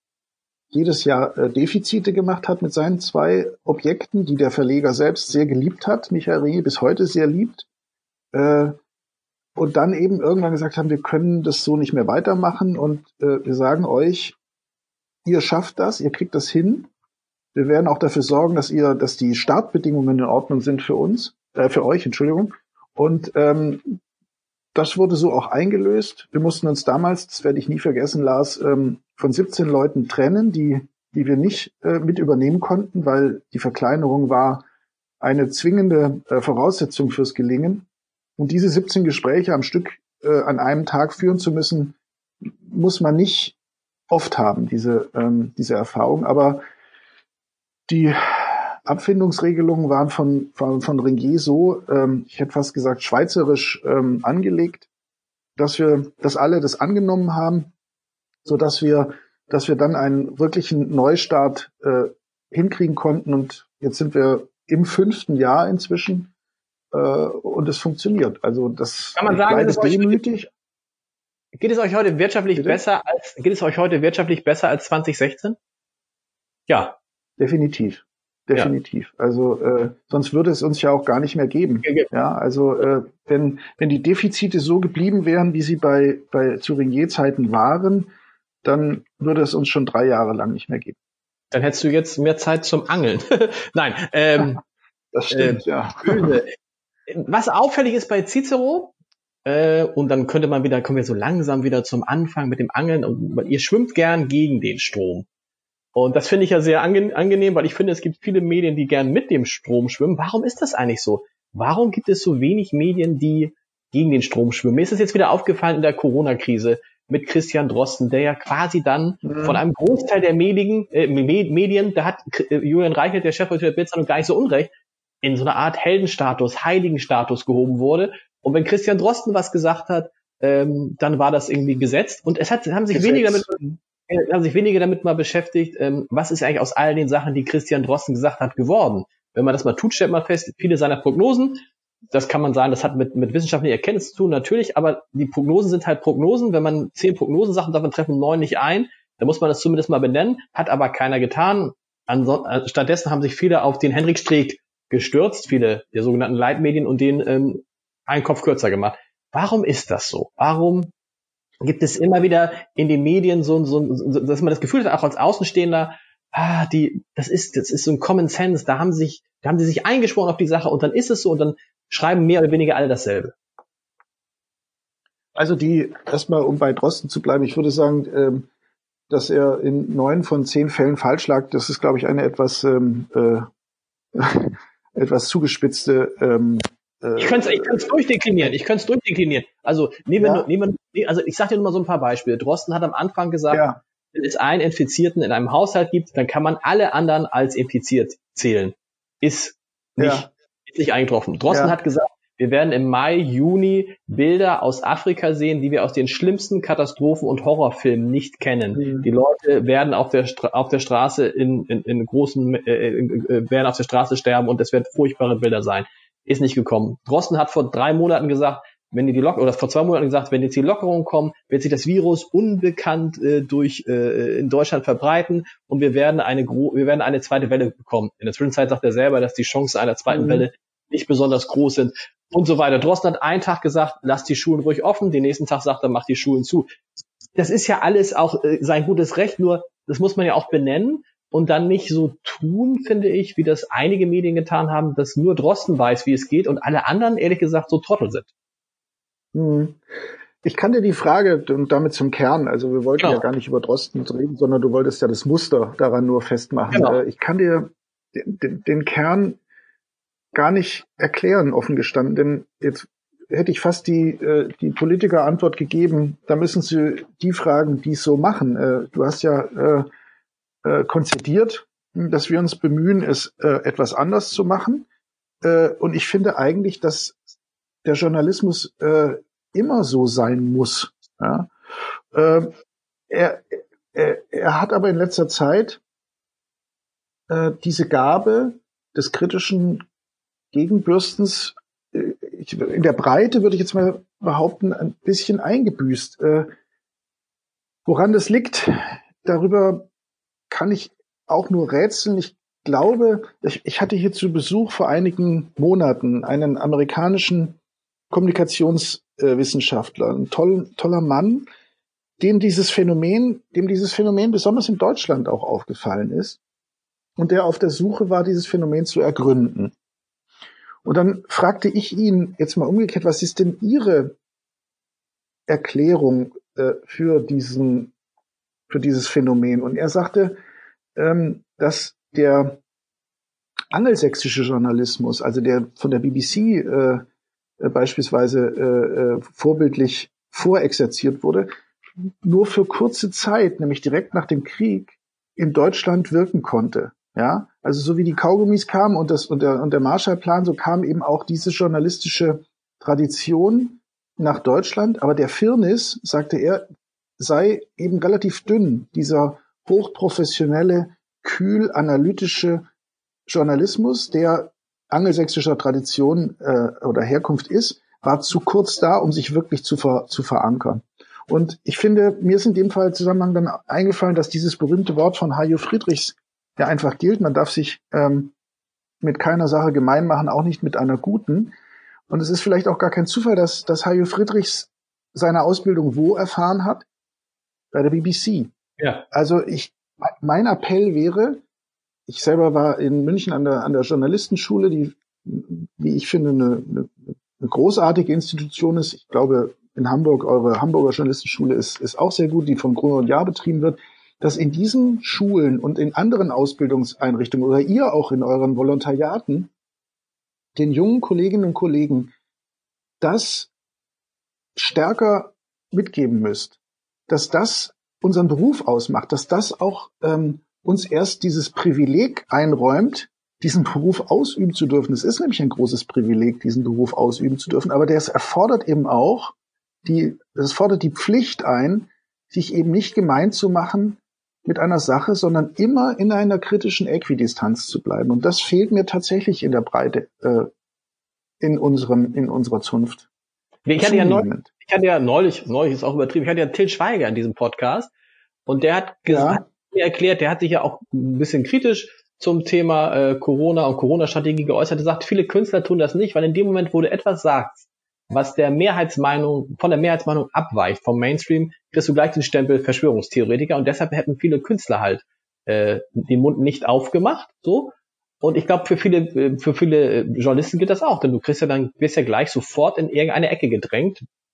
jedes Jahr äh, Defizite gemacht hat mit seinen zwei Objekten, die der Verleger selbst sehr geliebt hat, Michael Ringier bis heute sehr liebt. Äh, und dann eben irgendwann gesagt haben, wir können das so nicht mehr weitermachen und äh, wir sagen euch, ihr schafft das, ihr kriegt das hin. Wir werden auch dafür sorgen, dass ihr, dass die Startbedingungen in Ordnung sind für uns, äh, für euch, Entschuldigung. Und ähm, das wurde so auch eingelöst. Wir mussten uns damals, das werde ich nie vergessen, Lars, ähm, von siebzehn Leuten trennen, die, die wir nicht äh, mit übernehmen konnten, weil die Verkleinerung war eine zwingende äh, Voraussetzung fürs Gelingen. Und diese siebzehn Gespräche am Stück äh, an einem Tag führen zu müssen, muss man nicht oft haben, diese, ähm, diese Erfahrung. Aber die Abfindungsregelungen waren von, von, von Ringier so, ähm, ich hätte fast gesagt, schweizerisch ähm, angelegt, dass wir, dass alle das angenommen haben, so dass wir, dass wir dann einen wirklichen Neustart äh, hinkriegen konnten. Und jetzt sind wir im fünften Jahr inzwischen. Und es funktioniert. Also das kann man sagen, bleibt demütig. Geht es euch heute wirtschaftlich Bitte? besser als geht es euch heute wirtschaftlich besser als zwanzig sechzehn? Ja, definitiv, definitiv. Ja. Also äh, sonst würde es uns ja auch gar nicht mehr geben. Ja, ja also äh, wenn wenn die Defizite so geblieben wären, wie sie bei bei zu Ringier-Zeiten waren, dann würde es uns schon drei Jahre lang nicht mehr geben. Dann hättest du jetzt mehr Zeit zum Angeln. Nein, ähm, das stimmt. Äh, ja. Böse. Was auffällig ist bei Cicero, äh, und dann könnte man wieder, kommen wir so langsam wieder zum Anfang mit dem Angeln, und ihr schwimmt gern gegen den Strom. Und das finde ich ja sehr ange- angenehm, weil ich finde, es gibt viele Medien, die gern mit dem Strom schwimmen. Warum ist das eigentlich so? Warum gibt es so wenig Medien, die gegen den Strom schwimmen? Mir ist es jetzt wieder aufgefallen in der Corona-Krise mit Christian Drosten, der ja quasi dann mhm. von einem Großteil der Medien, äh, Medien, da hat äh, Julian Reichelt, der Chefredakteur der Bild-Zeitung, gar nicht so unrecht, in so eine Art Heldenstatus, Heiligenstatus gehoben wurde. Und wenn Christian Drosten was gesagt hat, ähm, dann war das irgendwie gesetzt. Und es hat, haben sich Gesetz. weniger damit, äh, haben sich weniger damit mal beschäftigt, ähm, was ist eigentlich aus all den Sachen, die Christian Drosten gesagt hat, geworden. Wenn man das mal tut, stellt man fest, viele seiner Prognosen, das kann man sagen, das hat mit, mit wissenschaftlicher Erkenntnis zu tun, natürlich, aber die Prognosen sind halt Prognosen. Wenn man zehn Prognosen sagt, davon treffen neun nicht ein, dann muss man das zumindest mal benennen, hat aber keiner getan. Anso- stattdessen haben sich viele auf den Henrik Streeck gestürzt, viele der sogenannten Leitmedien, und den ähm, einen Kopf kürzer gemacht. Warum ist das so? Warum gibt es immer wieder in den Medien so, so, so dass man das Gefühl hat, auch als Außenstehender, ah, die, das ist, das ist so ein Common Sense, da haben sich, da haben sie sich eingeschworen auf die Sache und dann ist es so und dann schreiben mehr oder weniger alle dasselbe. Also die, erstmal um bei Drosten zu bleiben, ich würde sagen, ähm, dass er in neun von zehn Fällen falsch lag, das ist, glaube ich, eine etwas ähm, äh, etwas zugespitzte. Ähm, äh, ich könnte ich könnte es durchdeklinieren. Ich könnte es durchdeklinieren. Also nehmen wir, ja. nehmen wir, also ich sage dir nur mal so ein paar Beispiele. Drosten hat am Anfang gesagt, ja. wenn es einen Infizierten in einem Haushalt gibt, dann kann man alle anderen als infiziert zählen. Ist nicht, ja. ist nicht eingetroffen. Drosten ja. hat gesagt, wir werden im Mai, Juni Bilder aus Afrika sehen, die wir aus den schlimmsten Katastrophen und Horrorfilmen nicht kennen. Mhm. Die Leute werden auf der Stra- auf der Straße in, in, in großen äh, äh, werden auf der Straße sterben und es werden furchtbare Bilder sein. Ist nicht gekommen. Drosten hat vor drei Monaten gesagt, wenn die, die Lock oder vor zwei Monaten gesagt, wenn jetzt die Lockerungen kommen, wird sich das Virus unbekannt äh, durch äh, in Deutschland verbreiten und wir werden eine gro- wir werden eine zweite Welle bekommen. In der Zwischenzeit sagt er selber, dass die Chancen einer zweiten mhm. Welle nicht besonders groß sind und so weiter. Drosten hat einen Tag gesagt, lasst die Schulen ruhig offen, den nächsten Tag sagt er, macht die Schulen zu. Das ist ja alles auch äh, sein gutes Recht, nur das muss man ja auch benennen und dann nicht so tun, finde ich, wie das einige Medien getan haben, dass nur Drosten weiß, wie es geht und alle anderen, ehrlich gesagt, so Trottel sind. Ich kann dir die Frage und damit zum Kern, also wir wollten genau. ja gar nicht über Drosten reden, sondern du wolltest ja das Muster daran nur festmachen. Genau. Ich kann dir den, den, den Kern gar nicht erklären, offen gestanden, denn jetzt hätte ich fast die, die Politiker-Antwort gegeben, da müssen sie die fragen, die es so machen. Du hast ja äh, konzidiert, dass wir uns bemühen, es äh, etwas anders zu machen. Äh, und ich finde eigentlich, dass der Journalismus äh, immer so sein muss. Ja? Äh, er, er, er hat aber in letzter Zeit äh, diese Gabe des kritischen Gegenbürstens äh, ich, in der Breite, würde ich jetzt mal behaupten, ein bisschen eingebüßt. Äh, woran das liegt, darüber kann ich auch nur rätseln. Ich glaube, ich, ich hatte hier zu Besuch vor einigen Monaten einen amerikanischen Kommunikationswissenschaftler, äh, ein toll, toller Mann, dem dieses Phänomen, dem dieses Phänomen besonders in Deutschland auch aufgefallen ist und der auf der Suche war, dieses Phänomen zu ergründen. Und dann fragte ich ihn jetzt mal umgekehrt, was ist denn Ihre Erklärung äh, für diesen, für dieses Phänomen? Und er sagte, ähm, dass der angelsächsische Journalismus, also der von der B B C äh, äh, beispielsweise äh, vorbildlich vorexerziert wurde, nur für kurze Zeit, nämlich direkt nach dem Krieg, in Deutschland wirken konnte. Ja, also so wie die Kaugummis kamen und das und der und der Marshallplan, so kam eben auch diese journalistische Tradition nach Deutschland. Aber der Firnis, sagte er, sei eben relativ dünn. Dieser hochprofessionelle, kühl analytische Journalismus, der angelsächsischer Tradition äh, oder Herkunft ist, war zu kurz da, um sich wirklich zu ver, zu verankern. Und ich finde, mir ist in dem Fall Zusammenhang dann eingefallen, dass dieses berühmte Wort von Hajo Friedrichs ja einfach gilt. Man darf sich ähm, mit keiner Sache gemein machen, auch nicht mit einer guten. Und es ist vielleicht auch gar kein Zufall, dass, dass Hajo Friedrichs seine Ausbildung wo erfahren hat? Bei der B B C. Ja. Also ich, mein Appell wäre, ich selber war in München an der, an der Journalistenschule, die, wie ich finde, eine, eine, eine großartige Institution ist. Ich glaube, in Hamburg, eure Hamburger Journalistenschule ist, ist auch sehr gut, die von Gruner und Jahr betrieben wird, dass in diesen Schulen und in anderen Ausbildungseinrichtungen oder ihr auch in euren Volontariaten den jungen Kolleginnen und Kollegen das stärker mitgeben müsst, dass das unseren Beruf ausmacht, dass das auch ähm, uns erst dieses Privileg einräumt, diesen Beruf ausüben zu dürfen. Es ist nämlich ein großes Privileg, diesen Beruf ausüben zu dürfen, aber das erfordert eben auch, die, das fordert die Pflicht ein, sich eben nicht gemein zu machen mit einer Sache, sondern immer in einer kritischen Äquidistanz zu bleiben. Und das fehlt mir tatsächlich in der Breite äh, in unserem in unserer Zunft. Ich hatte, ja neulich, ich hatte ja neulich, neulich ist auch übertrieben, ich hatte ja Till Schweiger in diesem Podcast und der hat gesagt, ja. mir erklärt, der hat sich ja auch ein bisschen kritisch zum Thema äh, Corona und Corona-Strategie geäußert. Er sagt, viele Künstler tun das nicht, weil in dem Moment, wo du etwas sagst, was der Mehrheitsmeinung, von der Mehrheitsmeinung abweicht, vom Mainstream, kriegst du gleich den Stempel Verschwörungstheoretiker und deshalb hätten viele Künstler halt äh, den Mund nicht aufgemacht, so. Und ich glaube, für viele, für viele Journalisten gilt das auch, denn du kriegst ja dann, wirst ja gleich sofort in irgendeine Ecke gedrängt,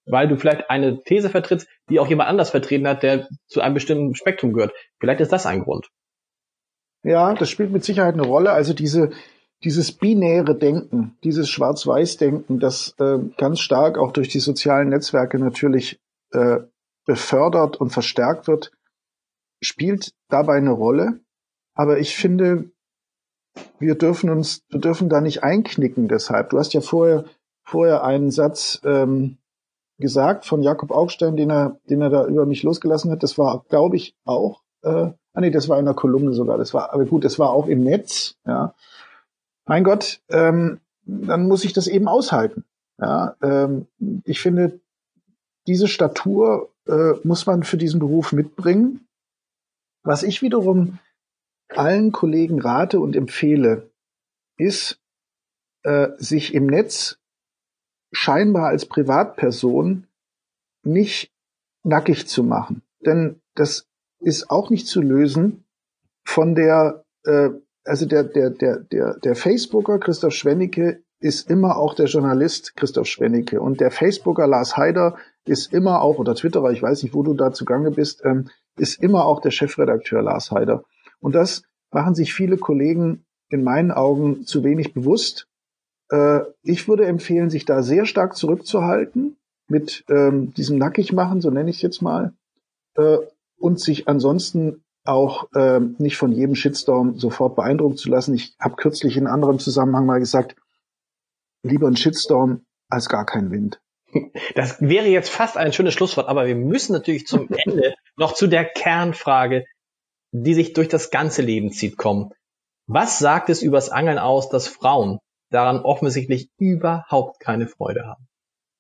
weil du vielleicht eine These vertrittst, die auch jemand anders vertreten hat, der zu einem bestimmten Spektrum gehört. Vielleicht ist das ein Grund. Ja, das spielt mit Sicherheit eine Rolle. Also diese dieses binäre Denken, dieses Schwarz-Weiß-Denken, das äh, ganz stark auch durch die sozialen Netzwerke natürlich äh, befördert und verstärkt wird, spielt dabei eine Rolle. Aber ich finde, wir dürfen uns, wir dürfen da nicht einknicken deshalb. Du hast ja vorher, vorher einen Satz ähm, gesagt von Jakob Augstein, den er, den er da über mich losgelassen hat. Das war, glaube ich, auch, äh, ah nee, das war in einer Kolumne sogar. Das war, aber gut, das war auch im Netz, ja. Mein Gott, ähm, dann muss ich das eben aushalten. Ja, ähm, ich finde, diese Statur äh, muss man für diesen Beruf mitbringen. Was ich wiederum allen Kollegen rate und empfehle, ist, äh, sich im Netz scheinbar als Privatperson nicht nackig zu machen. Denn das ist auch nicht zu lösen von der äh, Also der, der, der, der, der Facebooker Christoph Schwennecke ist immer auch der Journalist Christoph Schwennecke. Und der Facebooker Lars Haider ist immer auch, oder Twitterer, ich weiß nicht, wo du da zugange bist, ähm, ist immer auch der Chefredakteur Lars Haider. Und das machen sich viele Kollegen in meinen Augen zu wenig bewusst. Äh, ich würde empfehlen, sich da sehr stark zurückzuhalten mit ähm, diesem Nackigmachen, so nenne ich es jetzt mal, äh, und sich ansonsten auch ähm, nicht von jedem Shitstorm sofort beeindrucken zu lassen. Ich habe kürzlich in einem anderen Zusammenhang mal gesagt, lieber ein Shitstorm als gar kein Wind. Das wäre jetzt fast ein schönes Schlusswort, aber wir müssen natürlich zum Ende noch zu der Kernfrage, die sich durch das ganze Leben zieht, kommen. Was sagt es übers Angeln aus, dass Frauen daran offensichtlich überhaupt keine Freude haben?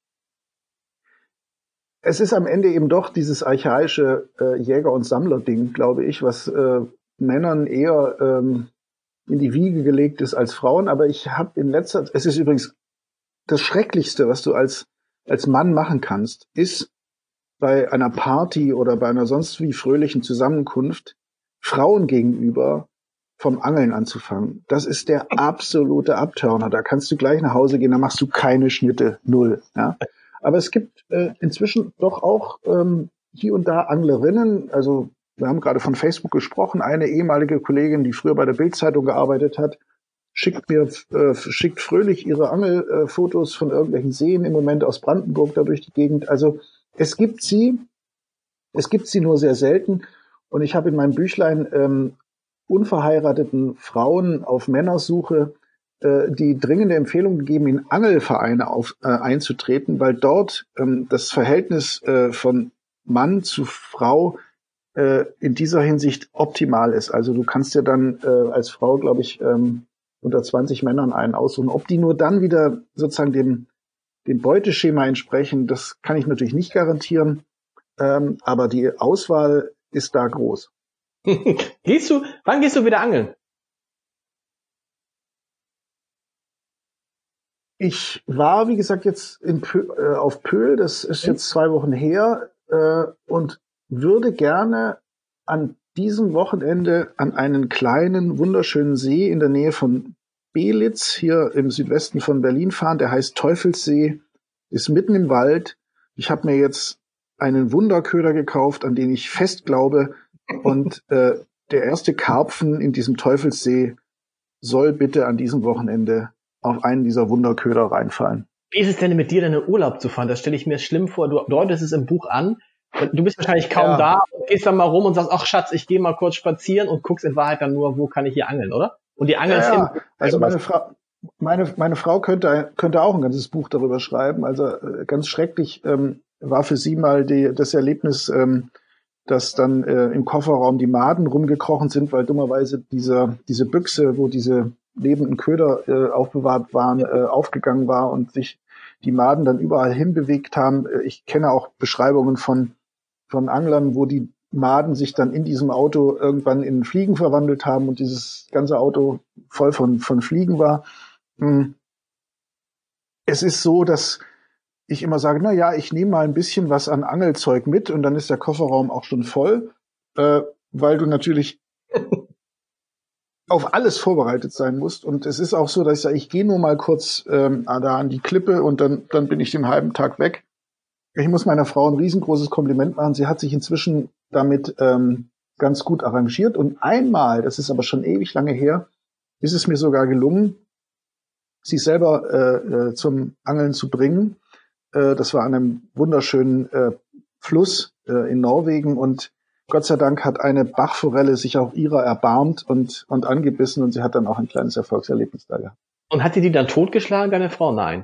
Es ist am Ende eben doch dieses archaische äh, Jäger- und Sammler-Ding, glaube ich, was äh, Männern eher ähm, in die Wiege gelegt ist als Frauen. Aber ich habe in letzter Zeit, es ist übrigens das Schrecklichste, was du als als Mann machen kannst, ist bei einer Party oder bei einer sonst wie fröhlichen Zusammenkunft Frauen gegenüber vom Angeln anzufangen. Das ist der absolute Abturner. Da kannst du gleich nach Hause gehen, da machst du keine Schnitte, null. Ja. Aber es gibt äh, inzwischen doch auch ähm, hier und da Anglerinnen, also wir haben gerade von Facebook gesprochen, eine ehemalige Kollegin, die früher bei der Bild-Zeitung gearbeitet hat, schickt mir äh, schickt fröhlich ihre Angelfotos von irgendwelchen Seen im Moment aus Brandenburg da durch die Gegend. Also es gibt sie, es gibt sie nur sehr selten. Und ich habe in meinem Büchlein ähm, unverheirateten Frauen auf Männersuche die dringende Empfehlung gegeben, in Angelvereine auf, äh, einzutreten, weil dort ähm, das Verhältnis äh, von Mann zu Frau äh, in dieser Hinsicht optimal ist. Also du kannst ja dann äh, als Frau, glaube ich, ähm, unter zwanzig Männern einen aussuchen. Ob die nur dann wieder sozusagen dem, dem Beuteschema entsprechen, das kann ich natürlich nicht garantieren, ähm, aber die Auswahl ist da groß. Gehst du, wann gehst du wieder angeln? Ich war, wie gesagt, jetzt in Pö- äh, auf Pöhl, das ist jetzt zwei Wochen her, äh, und würde gerne an diesem Wochenende an einen kleinen, wunderschönen See in der Nähe von Belitz, hier im Südwesten von Berlin fahren. Der heißt Teufelssee, ist mitten im Wald. Ich habe mir jetzt einen Wunderköder gekauft, an den ich fest glaube. Und äh, der erste Karpfen in diesem Teufelssee soll bitte an diesem Wochenende auf einen dieser Wunderköder reinfallen. Wie ist es denn mit dir, denn in Urlaub zu fahren? Das stelle ich mir schlimm vor. Du deutest es im Buch an. Und du bist wahrscheinlich kaum ja. da und gehst dann mal rum und sagst, ach Schatz, ich gehe mal kurz spazieren und guckst in Wahrheit dann nur, wo kann ich hier angeln, oder? Und die Angeln ja, ja. im Also meine Frau, meine, meine Frau könnte, könnte auch ein ganzes Buch darüber schreiben. Also äh, ganz schrecklich ähm, war für sie mal die, das Erlebnis, ähm, dass dann äh, im Kofferraum die Maden rumgekrochen sind, weil dummerweise dieser, diese Büchse, wo diese lebenden Köder äh, aufbewahrt waren, äh, aufgegangen war und sich die Maden dann überall hin bewegt haben. Ich kenne auch Beschreibungen von von Anglern, wo die Maden sich dann in diesem Auto irgendwann in Fliegen verwandelt haben und dieses ganze Auto voll von von Fliegen war. Es ist so, dass ich immer sage, na ja, ich nehme mal ein bisschen was an Angelzeug mit und dann ist der Kofferraum auch schon voll, äh, weil du natürlich auf alles vorbereitet sein musst. Und es ist auch so, dass ich sage, ich gehe nur mal kurz ähm, da an die Klippe und dann dann bin ich den halben Tag weg. Ich muss meiner Frau ein riesengroßes Kompliment machen. Sie hat sich inzwischen damit ähm, ganz gut arrangiert. Und einmal, das ist aber schon ewig lange her, ist es mir sogar gelungen, sie selber äh, zum Angeln zu bringen. Äh, das war an einem wunderschönen äh, Fluss äh, in Norwegen. Und Gott sei Dank hat eine Bachforelle sich auch ihrer erbarmt und, und angebissen. Und sie hat dann auch ein kleines Erfolgserlebnis da gehabt. Und hat die die dann totgeschlagen, deine Frau? Nein.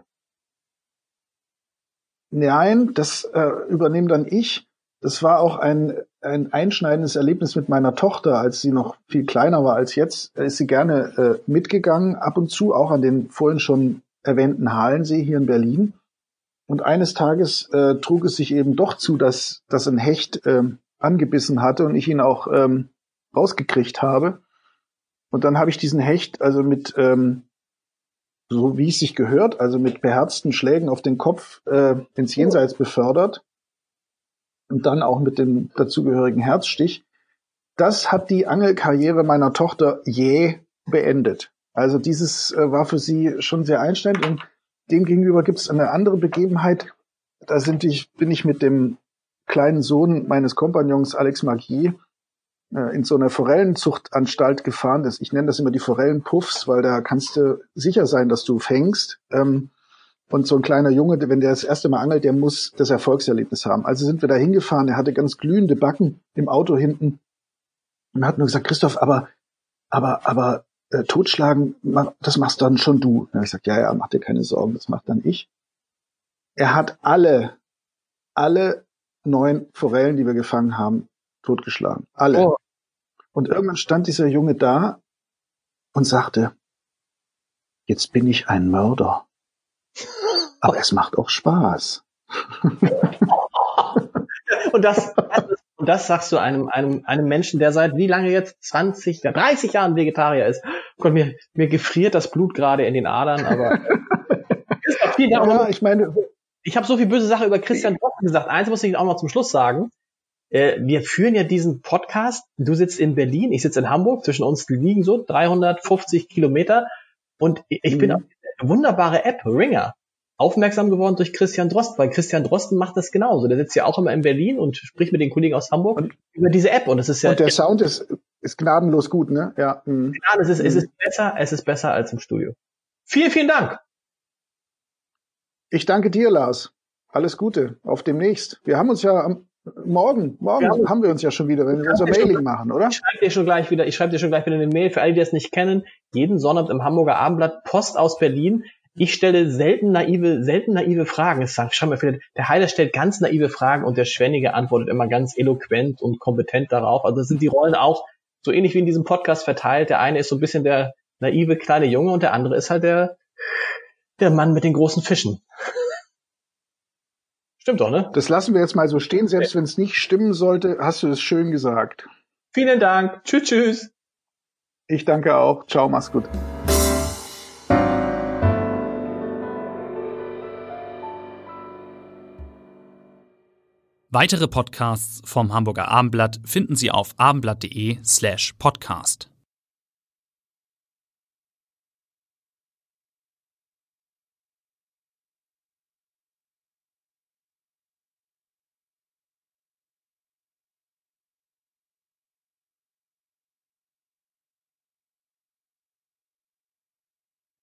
Nein, das äh, übernehme dann ich. Das war auch ein, ein einschneidendes Erlebnis mit meiner Tochter, als sie noch viel kleiner war als jetzt. Da ist sie gerne äh, mitgegangen, ab und zu, auch an den vorhin schon erwähnten Halensee hier in Berlin. Und eines Tages äh, trug es sich eben doch zu, dass, dass ein Hecht äh, angebissen hatte und ich ihn auch ähm, rausgekriegt habe. Und dann habe ich diesen Hecht also mit ähm, so wie es sich gehört, also mit beherzten Schlägen auf den Kopf äh, ins Jenseits befördert und dann auch mit dem dazugehörigen Herzstich. Das hat die Angelkarriere meiner Tochter jäh beendet. Also dieses äh, war für sie schon sehr einschneidend. Und demgegenüber gibt es eine andere Begebenheit. Da sind ich, bin ich mit dem kleinen Sohn meines Kompagnons Alex Marquier in so einer Forellenzuchtanstalt gefahren. Das, ich nenne das immer die Forellenpuffs, weil da kannst du sicher sein, dass du fängst. Ähm, und so ein kleiner Junge, wenn der das erste Mal angelt, der muss das Erfolgserlebnis haben. Also sind wir da hingefahren. Er hatte ganz glühende Backen im Auto hinten und hat nur gesagt, Christoph, aber, aber, aber äh, totschlagen, das machst dann schon du. Da habe ich gesagt, ja, ja, mach dir keine Sorgen, das macht dann ich. Er hat alle, alle neun Forellen, die wir gefangen haben, totgeschlagen. Alle. Oh. Und irgendwann stand dieser Junge da und sagte, jetzt bin ich ein Mörder. Aber es macht auch Spaß. Und das, und das sagst du einem, einem, einem Menschen, der seit wie lange jetzt? zwanzig, dreißig Jahren Vegetarier ist. Gott, mir, mir gefriert das Blut gerade in den Adern, aber vielen Dank. Ja, ich meine, ich habe so viel böse Sachen über Christian Drosten gesagt. Eins muss ich auch noch zum Schluss sagen. Wir führen ja diesen Podcast. Du sitzt in Berlin, ich sitze in Hamburg. Zwischen uns liegen so dreihundertfünfzig Kilometer. Und ich mhm. bin auf eine wunderbare App, Ringer, aufmerksam geworden durch Christian Drosten, weil Christian Drosten macht das genauso. Der sitzt ja auch immer in Berlin und spricht mit den Kollegen aus Hamburg und, über diese App. Und das ist ja. Und der Sound ist, ist gnadenlos gut, ne? Ja. Mhm. Ja, es ist, mhm. es ist besser, es ist besser als im Studio. Vielen, vielen Dank. Ich danke dir, Lars. Alles Gute. Auf demnächst. Wir haben uns ja am Morgen, morgen ja, haben wir uns ja schon wieder, wenn wir unser Mailing schon, machen, oder? Ich schreibe dir schon gleich wieder, ich schreibe dir schon gleich wieder eine Mail. Für alle, die das nicht kennen, jeden Sonnabend im Hamburger Abendblatt, Post aus Berlin. Ich stelle selten naive, selten naive Fragen. Es sagt, schau mal, der Heiler stellt ganz naive Fragen und der Schwennige antwortet immer ganz eloquent und kompetent darauf. Also sind die Rollen auch so ähnlich wie in diesem Podcast verteilt. Der eine ist so ein bisschen der naive kleine Junge und der andere ist halt der, der Mann mit den großen Fischen. Stimmt doch, ne? Das lassen wir jetzt mal so stehen. Selbst okay. Wenn es nicht stimmen sollte, hast du es schön gesagt. Vielen Dank. Tschüss, tschüss. Ich danke auch. Ciao, mach's gut. Weitere Podcasts vom Hamburger Abendblatt finden Sie auf abendblatt.de slash podcast.